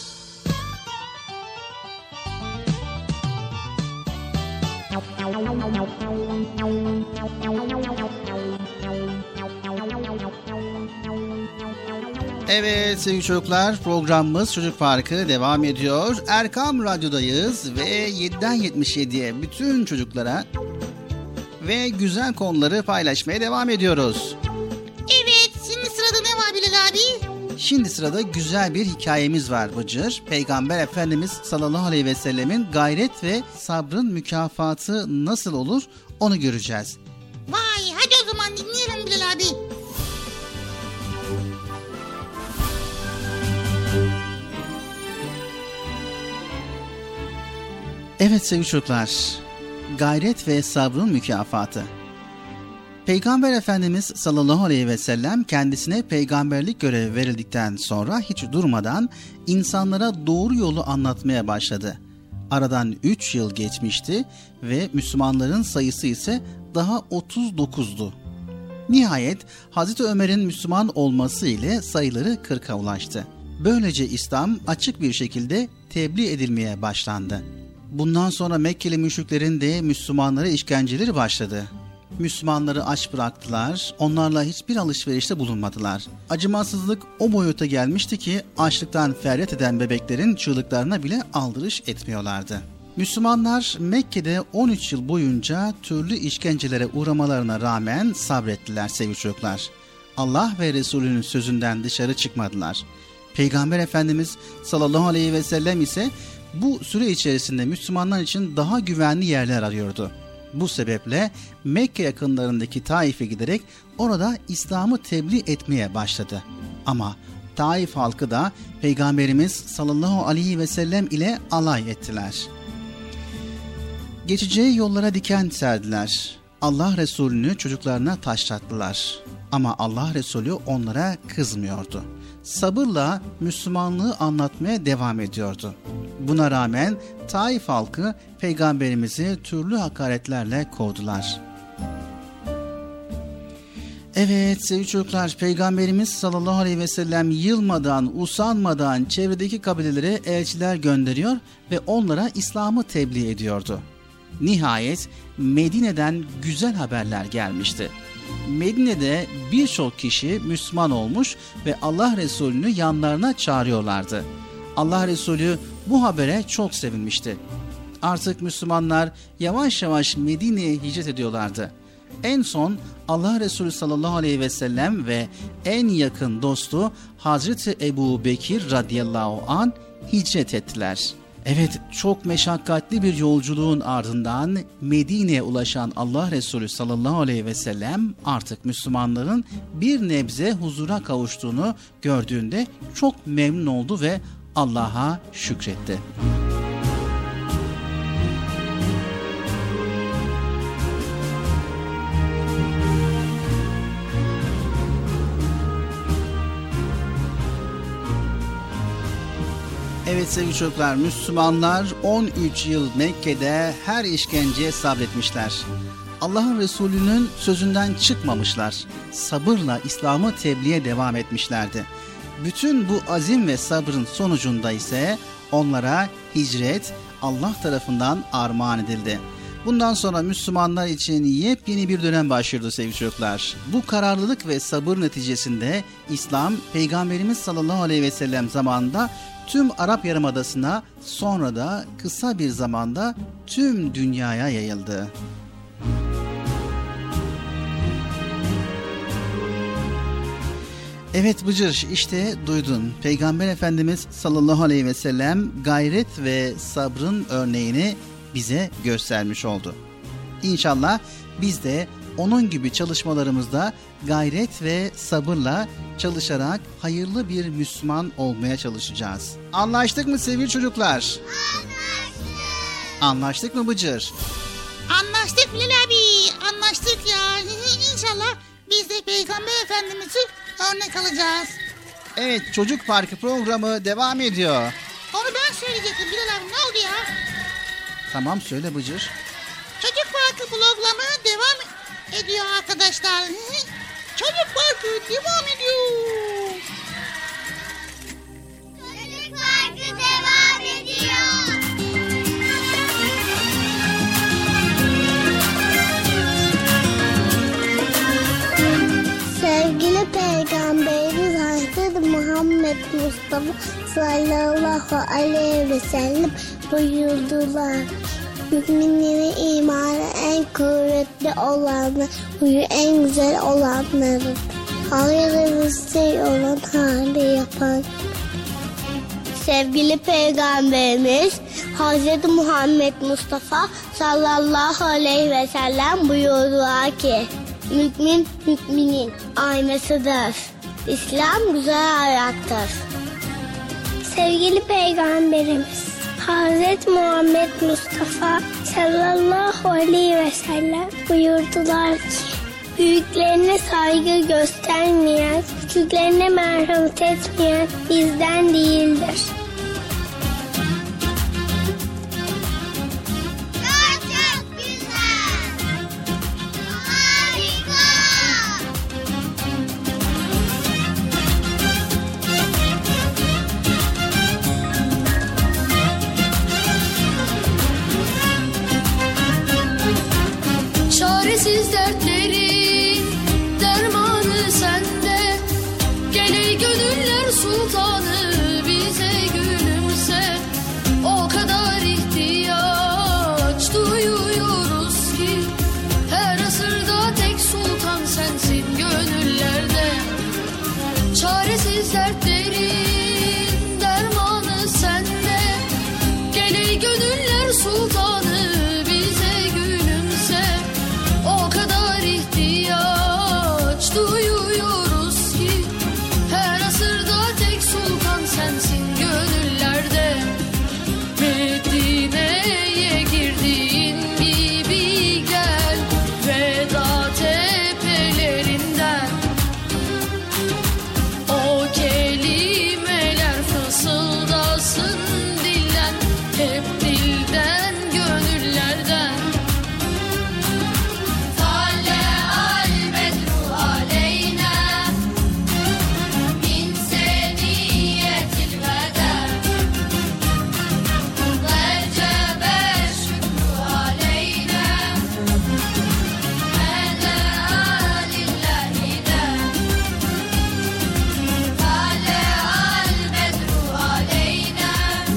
Evet sevgili çocuklar, programımız Çocuk Parkı devam ediyor. Erkam Radyo'dayız ve yediden yetmiş yediye bütün çocuklara ve güzel konuları paylaşmaya devam ediyoruz. Evet, şimdi sırada ne var Bilal abi? Şimdi sırada güzel bir hikayemiz var Bıcır. Peygamber Efendimiz sallallahu aleyhi ve sellemin gayret ve sabrın mükafatı nasıl olur onu göreceğiz. Vay hadi o zaman dinleyelim Bilal abi. Evet sevgili çocuklar, gayret ve sabrın mükafatı. Peygamber Efendimiz sallallahu aleyhi ve sellem kendisine peygamberlik görevi verildikten sonra hiç durmadan insanlara doğru yolu anlatmaya başladı. Aradan üç yıl geçmişti ve Müslümanların sayısı ise daha otuz dokuzdu. Nihayet Hazreti Ömer'in Müslüman olması ile sayıları kırka ulaştı. Böylece İslam açık bir şekilde tebliğ edilmeye başlandı. Bundan sonra Mekkeli müşriklerin de Müslümanlara işkenceleri başladı. Müslümanları aç bıraktılar, onlarla hiçbir alışverişte bulunmadılar. Acımasızlık o boyuta gelmişti ki açlıktan feryat eden bebeklerin çığlıklarına bile aldırış etmiyorlardı. Müslümanlar Mekke'de on üç yıl boyunca türlü işkencelere uğramalarına rağmen sabrettiler sevgili çocuklar. Allah ve Resulünün sözünden dışarı çıkmadılar. Peygamber Efendimiz sallallahu aleyhi ve sellem ise bu süre içerisinde Müslümanlar için daha güvenli yerler arıyordu. Bu sebeple Mekke yakınlarındaki Taif'e giderek orada İslam'ı tebliğ etmeye başladı. Ama Taif halkı da Peygamberimiz sallallahu aleyhi ve sellem ile alay ettiler. Geçeceği yollara diken serdiler. Allah Resulü'nü çocuklarına taşlattılar. Ama Allah Resulü onlara kızmıyordu. Sabırla Müslümanlığı anlatmaya devam ediyordu. Buna rağmen Taif halkı Peygamberimizi türlü hakaretlerle kovdular. Evet sevgili çocuklar, Peygamberimiz sallallahu aleyhi ve sellem yılmadan, usanmadan çevredeki kabilelere elçiler gönderiyor ve onlara İslam'ı tebliğ ediyordu. Nihayet Medine'den güzel haberler gelmişti. Medine'de birçok kişi Müslüman olmuş ve Allah Resulü'nü yanlarına çağırıyorlardı. Allah Resulü bu habere çok sevinmişti. Artık Müslümanlar yavaş yavaş Medine'ye hicret ediyorlardı. En son Allah Resulü sallallahu aleyhi ve sellem ve en yakın dostu Hazreti Ebu Bekir radıyallahu anh hicret ettiler. Evet, çok meşakkatli bir yolculuğun ardından Medine'ye ulaşan Allah Resulü sallallahu aleyhi ve sellem artık Müslümanların bir nebze huzura kavuştuğunu gördüğünde çok memnun oldu ve Allah'a şükretti. Evet sevgili çocuklar, Müslümanlar on üç yıl Mekke'de her işkenceye sabretmişler. Allah'ın Resulü'nün sözünden çıkmamışlar. Sabırla İslam'ı tebliğe devam etmişlerdi. Bütün bu azim ve sabrın sonucunda ise onlara hicret Allah tarafından armağan edildi. Bundan sonra Müslümanlar için yepyeni bir dönem başlıyordu sevgili çocuklar. Bu kararlılık ve sabır neticesinde İslam, Peygamberimiz sallallahu aleyhi ve sellem zamanında tüm Arap Yarımadası'na, sonra da kısa bir zamanda tüm dünyaya yayıldı. Evet Bıcır, işte duydun. Peygamber Efendimiz sallallahu aleyhi ve sellem gayret ve sabrın örneğini bize göstermiş oldu. İnşallah biz de onun gibi çalışmalarımızda gayret ve sabırla çalışarak hayırlı bir Müslüman olmaya çalışacağız. Anlaştık mı sevgili çocuklar? Anlaştık. Anlaştık mı Bıcır? Anlaştık Bilal abi, anlaştık ya. İnşallah biz de Peygamber Efendimiz'i örnek alacağız. Evet, Çocuk Parkı programı devam ediyor. Onu ben söyleyecektim Bilal abi, ne oldu ya? Tamam, söyle Bıcır. Çocuk Parkı programı devam ediyor arkadaşlar. Çocuk Parkı devam ediyor. Çocuk Parkı devam ediyor. Sevgili Peygamberimiz Hazreti Muhammed Mustafa sallallahu aleyhi ve sellem buyurdular. Müminlerin imanı en kuvvetli olanlar, huyu en güzel olanları. hayırlısı olan hali yapan. Sevgili Peygamberimiz Hazreti Muhammed Mustafa sallallahu aleyhi ve sellem buyurdular ki, mümin müminin aynasıdır. İslam güzel ayaktır. Sevgili Peygamberimiz Hazreti Muhammed Mustafa sallallahu aleyhi ve sellem buyurdular ki, büyüklerine saygı göstermeyen, küçüklerine merhamet etmeyen bizden değildir. Çok güzel. Harika. Çaresiz dertlerin dermanı sende. Gel ey gönüller sultanı bize gülümse. O kadar ihtiyaç duyuyoruz ki, her asırda tek sultan sensin gönüllerde. Çaresiz dertlerin dermanı sende. Gel ey gönüller sultanı bize gülümse. O kadar ihtiyaç duyuyoruz ki, her asırda tek sultan sensin gönüllerde. Medine'ye girdiğin gibi gel, veda tepelerinden. O kelimeler fısıldasın dilden, hep dilden gönüllerden. Tale al bedru aleyna min seniyetil veda. Vecebe şükrü aleyna meda lillahi de. Tale al bedru aleyna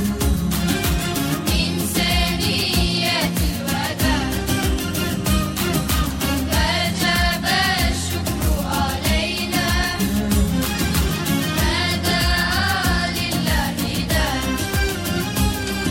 min seniyetil veda. Vecebe şükrü aleyna meda lillahi de.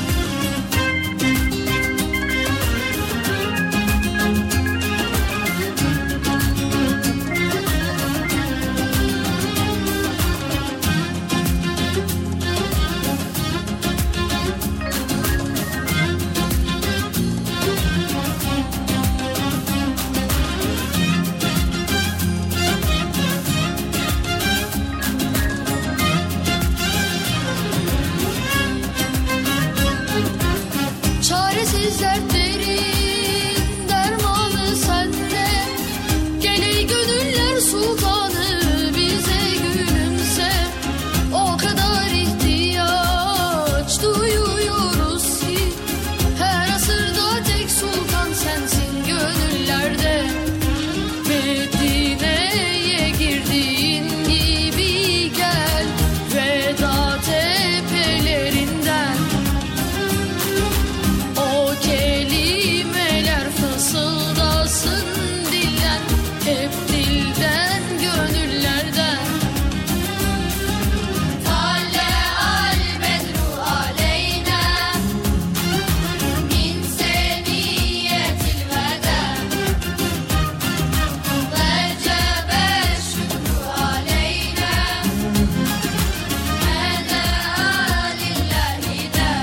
Çaresiz dertlerin dermanı sende. Gel ey gönüller sultanı bize gülümse. O kadar ihtiyaç duyuyoruz ki, her asırda tek sultan sensin gönüllerde. Medine'ye girdiğin gibi gel, veda tepelerinden. O kelimeler fısıldasın dilden, hep dilden gönüllerden. Tale al bedru aleyna min seniyetil veda. Vecebe şükrü aleyna meda lillahi de.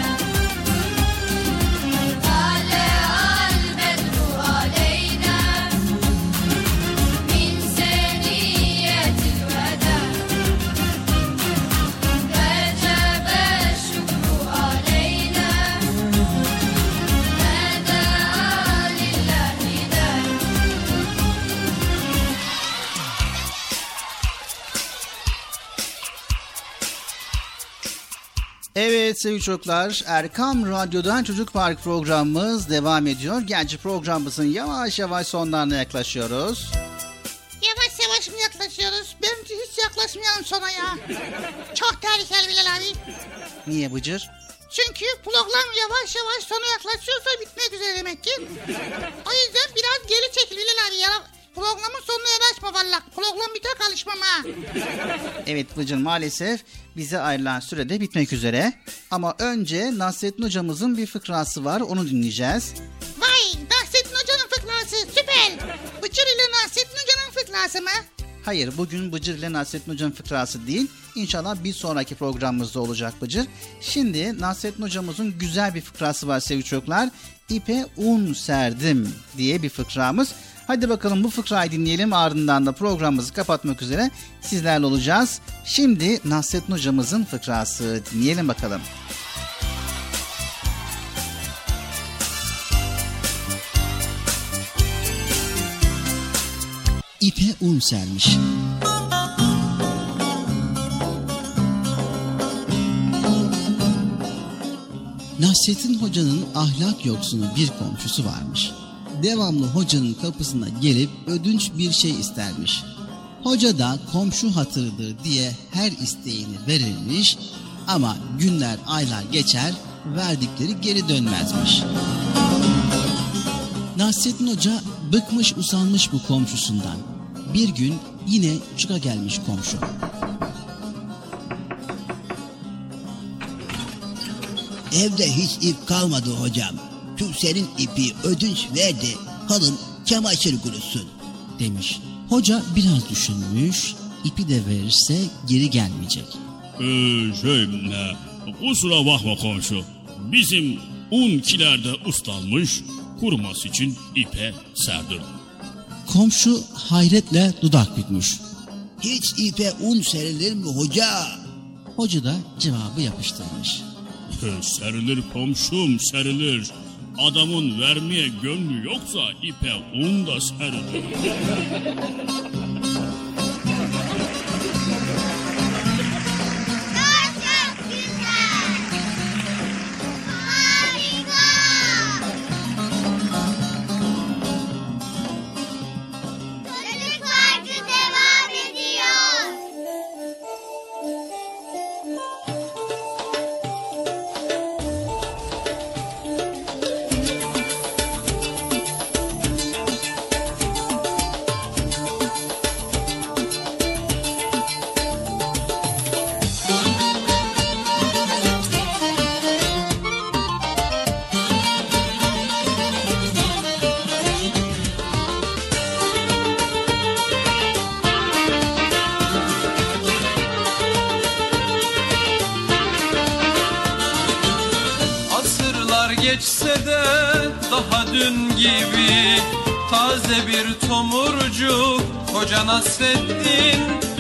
Tale al bedru aleyna min seniyetil veda. Vecebe şükrü aleyna meda lillahi de. Evet sevgili çocuklar, Erkam Radyo'dan Çocuk Park programımız devam ediyor. Gerçi programımızın yavaş yavaş sonlarına yaklaşıyoruz. Yavaş yavaş mı yaklaşıyoruz? Bence hiç yaklaşmayalım sona ya. Çok tehlikeli Bilal abi. Niye Bıcır? Çünkü program yavaş yavaş sona yaklaşıyorsa bitmek üzere demek ki. O yüzden biraz geri çekil Bilal abi ya. Programın sonuna yanaşma valla. Program biter kalışmam ha. Evet Bıcır, maalesef bize ayrılan sürede bitmek üzere. Ama önce Nasrettin hocamızın bir fıkrası var, onu dinleyeceğiz. Vay, Nasrettin Hoca'nın fıkrası süper. Bıçır ile Nasrettin Hoca'nın fıkrası mı? Hayır, bugün Bıcır ile Nasrettin hocamın fıkrası değil. İnşallah bir sonraki programımızda olacak Bıcır. Şimdi Nasrettin hocamızın güzel bir fıkrası var sevgili çocuklar. İpe un serdim diye bir fıkramız. Hadi bakalım bu fıkrayı dinleyelim, ardından da programımızı kapatmak üzere sizlerle olacağız. Şimdi Nasrettin hocamızın fıkrası, dinleyelim bakalım. İpe un sermiş. Nasrettin Hoca'nın ahlak yoksunu bir komşusu varmış. Devamlı hocanın kapısına gelip ödünç bir şey istermiş. Hoca da komşu hatırıdır diye her isteğini verirmiş ama günler aylar geçer, verdikleri geri dönmezmiş. Nasrettin Hoca bıkmış usanmış bu komşusundan. Bir gün yine çıka gelmiş komşu. Evde hiç ip kalmadı hocam. Şu senin ipi ödünç verdi, kalın çamaşır kurusun demiş. Hoca biraz düşünmüş, ipi de verirse geri gelmeyecek. Ee, şey, e, kusura bakma komşu. Bizim un kilerde ıslanmış, kuruması için ipe serdim. Komşu hayretle dudak bükmüş. Hiç ipe un serilir mi hoca? Hoca da cevabı yapıştırmış. Serilir komşum, serilir. Adamın vermeye gönlü yoksa ipe un da serilir. Geçse de daha dün gibi taze bir tomurcuk Hoca Nasreddin,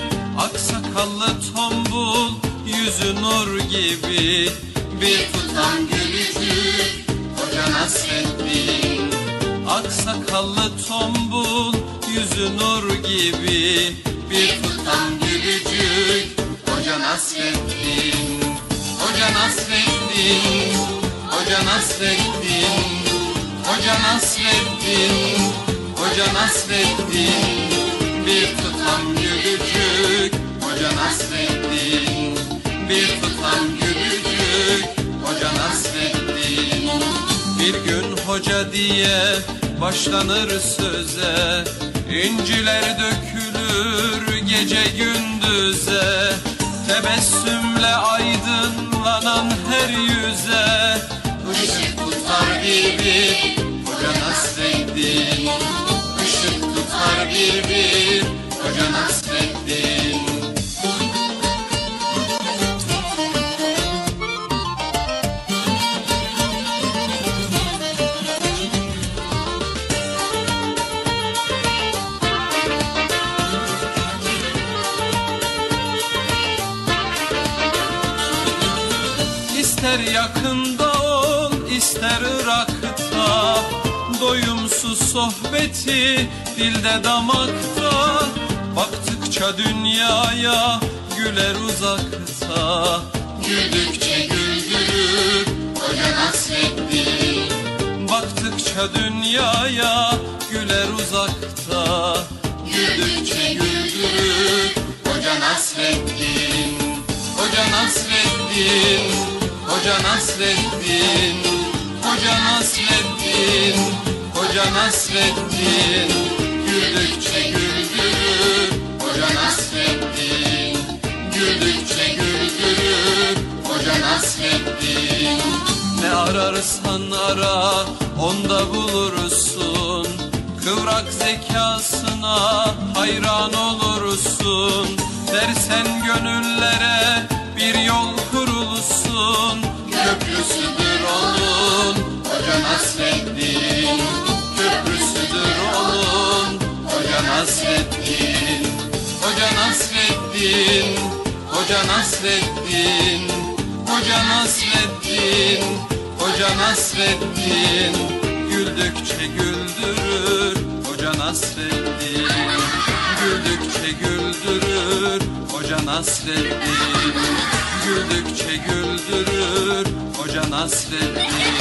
aksakallı tombul yüzü nur gibi bir tutam gülücük Hoca Nasreddin, aksakallı tombul yüzü nur gibi bir tutam gülücük Hoca Nasreddin, Hoca Nasreddin, Hoca Nasreddin, Hoca Nasreddin, Hoca Nasreddin, bir tutam gülücük Hoca Nasreddin, bir tutam gülücük Hoca Nasreddin. Bir gün hoca diye başlanır söze, inciler dökülür gece gündüze, tebessümle aydınlanan her yüze Işık tutar bir bir Hoca Nasreddin, Işık tutar bir bir Hoca Nasreddin. İster yakında ol, ister Irak'ta, doyumsuz sohbeti dilde damakta, baktıkça dünyaya güler uzakta, güldükçe güldürür Hoca Nasreddin, baktıkça dünyaya güler uzakta, güldükçe güldürür Hoca Nasreddin, Hoca Nasreddin, Hoca Nasreddin, Hoca Nasreddin, Hoca Nasreddin, güldükçe güldürür Hoca Nasreddin, ararsan ara onda bulursun. Kıvrak zekasına hayran olursun. Dersen gönüllere bir yol kurulsun. Köprüsüdür onun Hoca Nasreddin. Köprüsüdür onun Hoca Nasreddin. Hoca Nasreddin, Hoca Nasreddin, Hoca Nasreddin, Hoca Nasreddin. Güldükçe güldürür Hoca Nasreddin. Güldükçe güldürür Hoca Nasreddin. Güldükçe güldürür Hoca Nasreddin.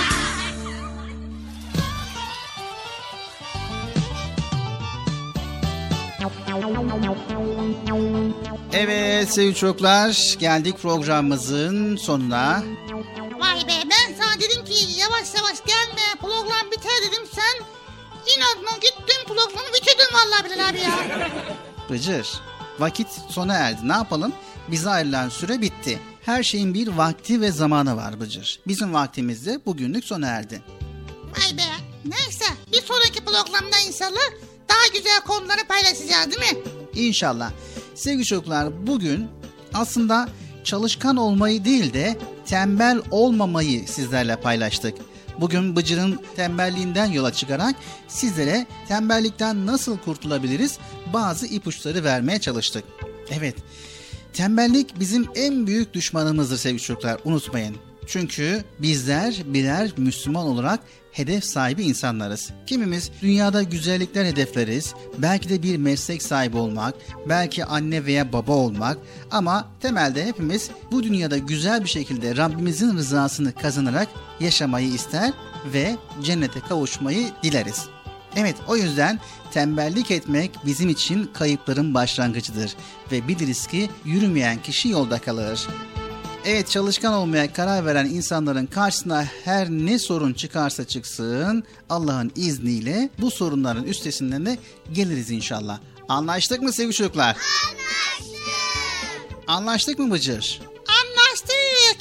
Evet sevgili çocuklar, geldik programımızın sonuna. Vay be, ben sana dedim ki yavaş yavaş gelme, program biter dedim, sen inatla gittin programı bitirdin vallahi Bilal abi ya. Bıcır, vakit sona erdi, ne yapalım? Bize ayrılan süre bitti. Her şeyin bir vakti ve zamanı var Bıcır. Bizim vaktimiz de bugünlük sona erdi. Vay be, neyse bir sonraki programda inşallah daha güzel konuları paylaşacağız değil mi? İnşallah. Sevgili çocuklar, bugün aslında çalışkan olmayı değil de tembel olmamayı sizlerle paylaştık. Bugün Bıcır'ın tembelliğinden yola çıkarak sizlere tembellikten nasıl kurtulabiliriz bazı ipuçları vermeye çalıştık. Evet, tembellik bizim en büyük düşmanımızdır sevgili çocuklar, unutmayın. Çünkü bizler birer Müslüman olarak hedef sahibi insanlarız. Kimimiz dünyada güzellikler hedefleriz, belki de bir meslek sahibi olmak, belki anne veya baba olmak, ama temelde hepimiz bu dünyada güzel bir şekilde Rabbimizin rızasını kazanarak yaşamayı ister ve cennete kavuşmayı dileriz. Evet, o yüzden tembellik etmek bizim için kayıpların başlangıcıdır ve biliriz ki yürümeyen kişi yolda kalır. Evet, çalışkan olmaya karar veren insanların karşısına her ne sorun çıkarsa çıksın, Allah'ın izniyle bu sorunların üstesinden de geliriz inşallah. Anlaştık mı sevgili çocuklar? Anlaştık. Anlaştık mı Bıcır? Anlaştık.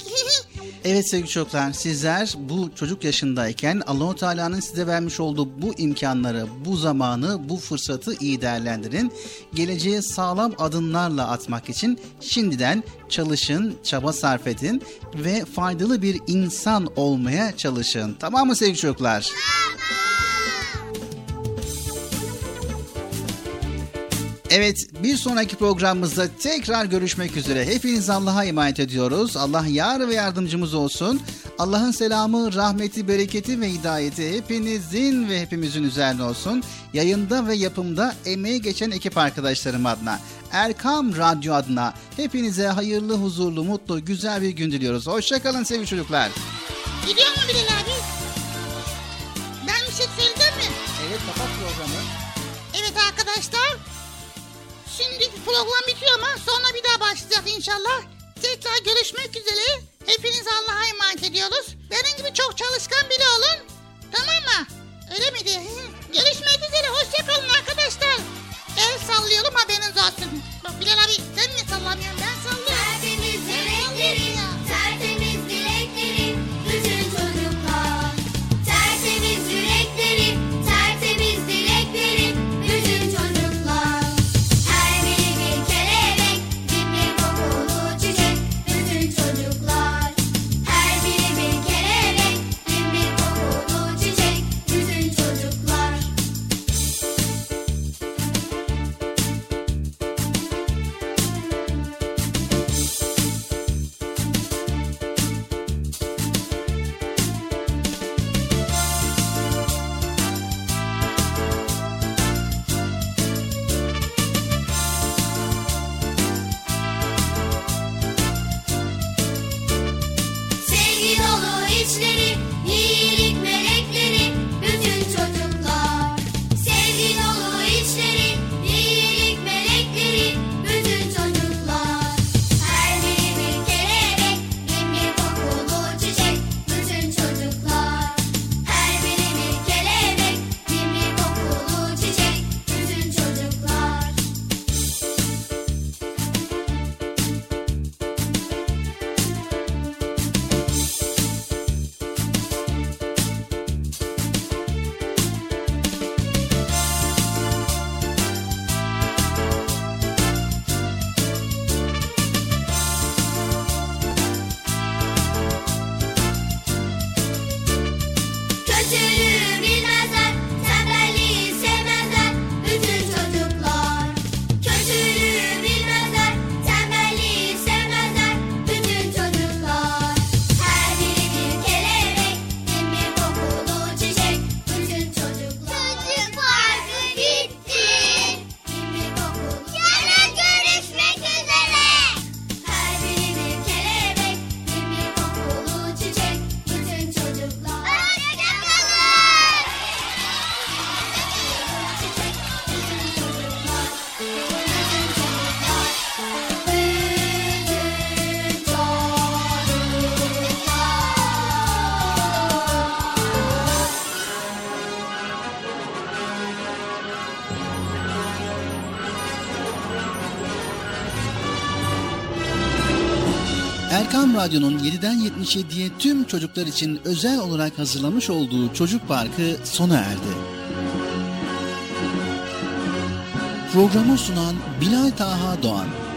Evet sevgili çocuklar, sizler bu çocuk yaşındayken Allah-u Teala'nın size vermiş olduğu bu imkanları, bu zamanı, bu fırsatı iyi değerlendirin. Geleceğe sağlam adımlarla atmak için şimdiden çalışın, çaba sarf edin ve faydalı bir insan olmaya çalışın. Tamam mı sevgili çocuklar? Tamam. Evet, bir sonraki programımızda tekrar görüşmek üzere. Hepinizi Allah'a emanet ediyoruz. Allah yar ve yardımcımız olsun. Allah'ın selamı, rahmeti, bereketi ve hidayeti hepinizin ve hepimizin üzerine olsun. Yayında ve yapımda emeği geçen ekip arkadaşlarım adına, Erkam Radyo adına hepinize hayırlı, huzurlu, mutlu, güzel bir gün diliyoruz. Hoşçakalın sevgili çocuklar. Gidiyor mu Bilal abi? Ben bir şey söyleyeceğim mi? Evet, kapat programı. Evet arkadaşlar. Şimdi program bitiyor ama sonra bir daha başlayacak inşallah. Tekrar görüşmek üzere. Hepiniz Allah'a emanet ediyoruz. Benim gibi çok çalışkan biri olun. Tamam mı? Öyle miydi? Görüşmek üzere. Hoşçakalın arkadaşlar. El sallıyorum, haberiniz olsun. Bak Bilal abi, sen mi sallamıyorsun? Ben sallıyorum. Tertemiz yüreklerim, tertemiz dileklerim, bütün çocuklar. Tertemiz yüreklerim, tertemiz dileklerim, bütün çocuklar. Her biri bir kelebek, bin bir kokulu çiçek, bütün çocuklar. Her biri bir kelebek, bin bir kokulu çiçek, bütün çocuklar. Kötülüğü bilmezler, tembelliği sevmezler bütün çocuklar. Kötülüğü bilmezler, tembelliği sevmezler bütün çocuklar. Her biri bir kelebek, bin bir kokulu çiçek bütün çocuklar. Çocuk parkı bitti. Bin bir kokulu yarın görüşmek üzere. Her biri bir kelebek, bin bir kokulu çiçek bütün çocuklar. Hoşçakalın. Çiçek bütün çocuklar. Bütün çocuklar. Bütün Erkam Radyo'nun yediden yetmiş yediye tüm çocuklar için özel olarak hazırlamış olduğu Çocuk Parkı sona erdi. Programı sunan Bilal Taha Doğan.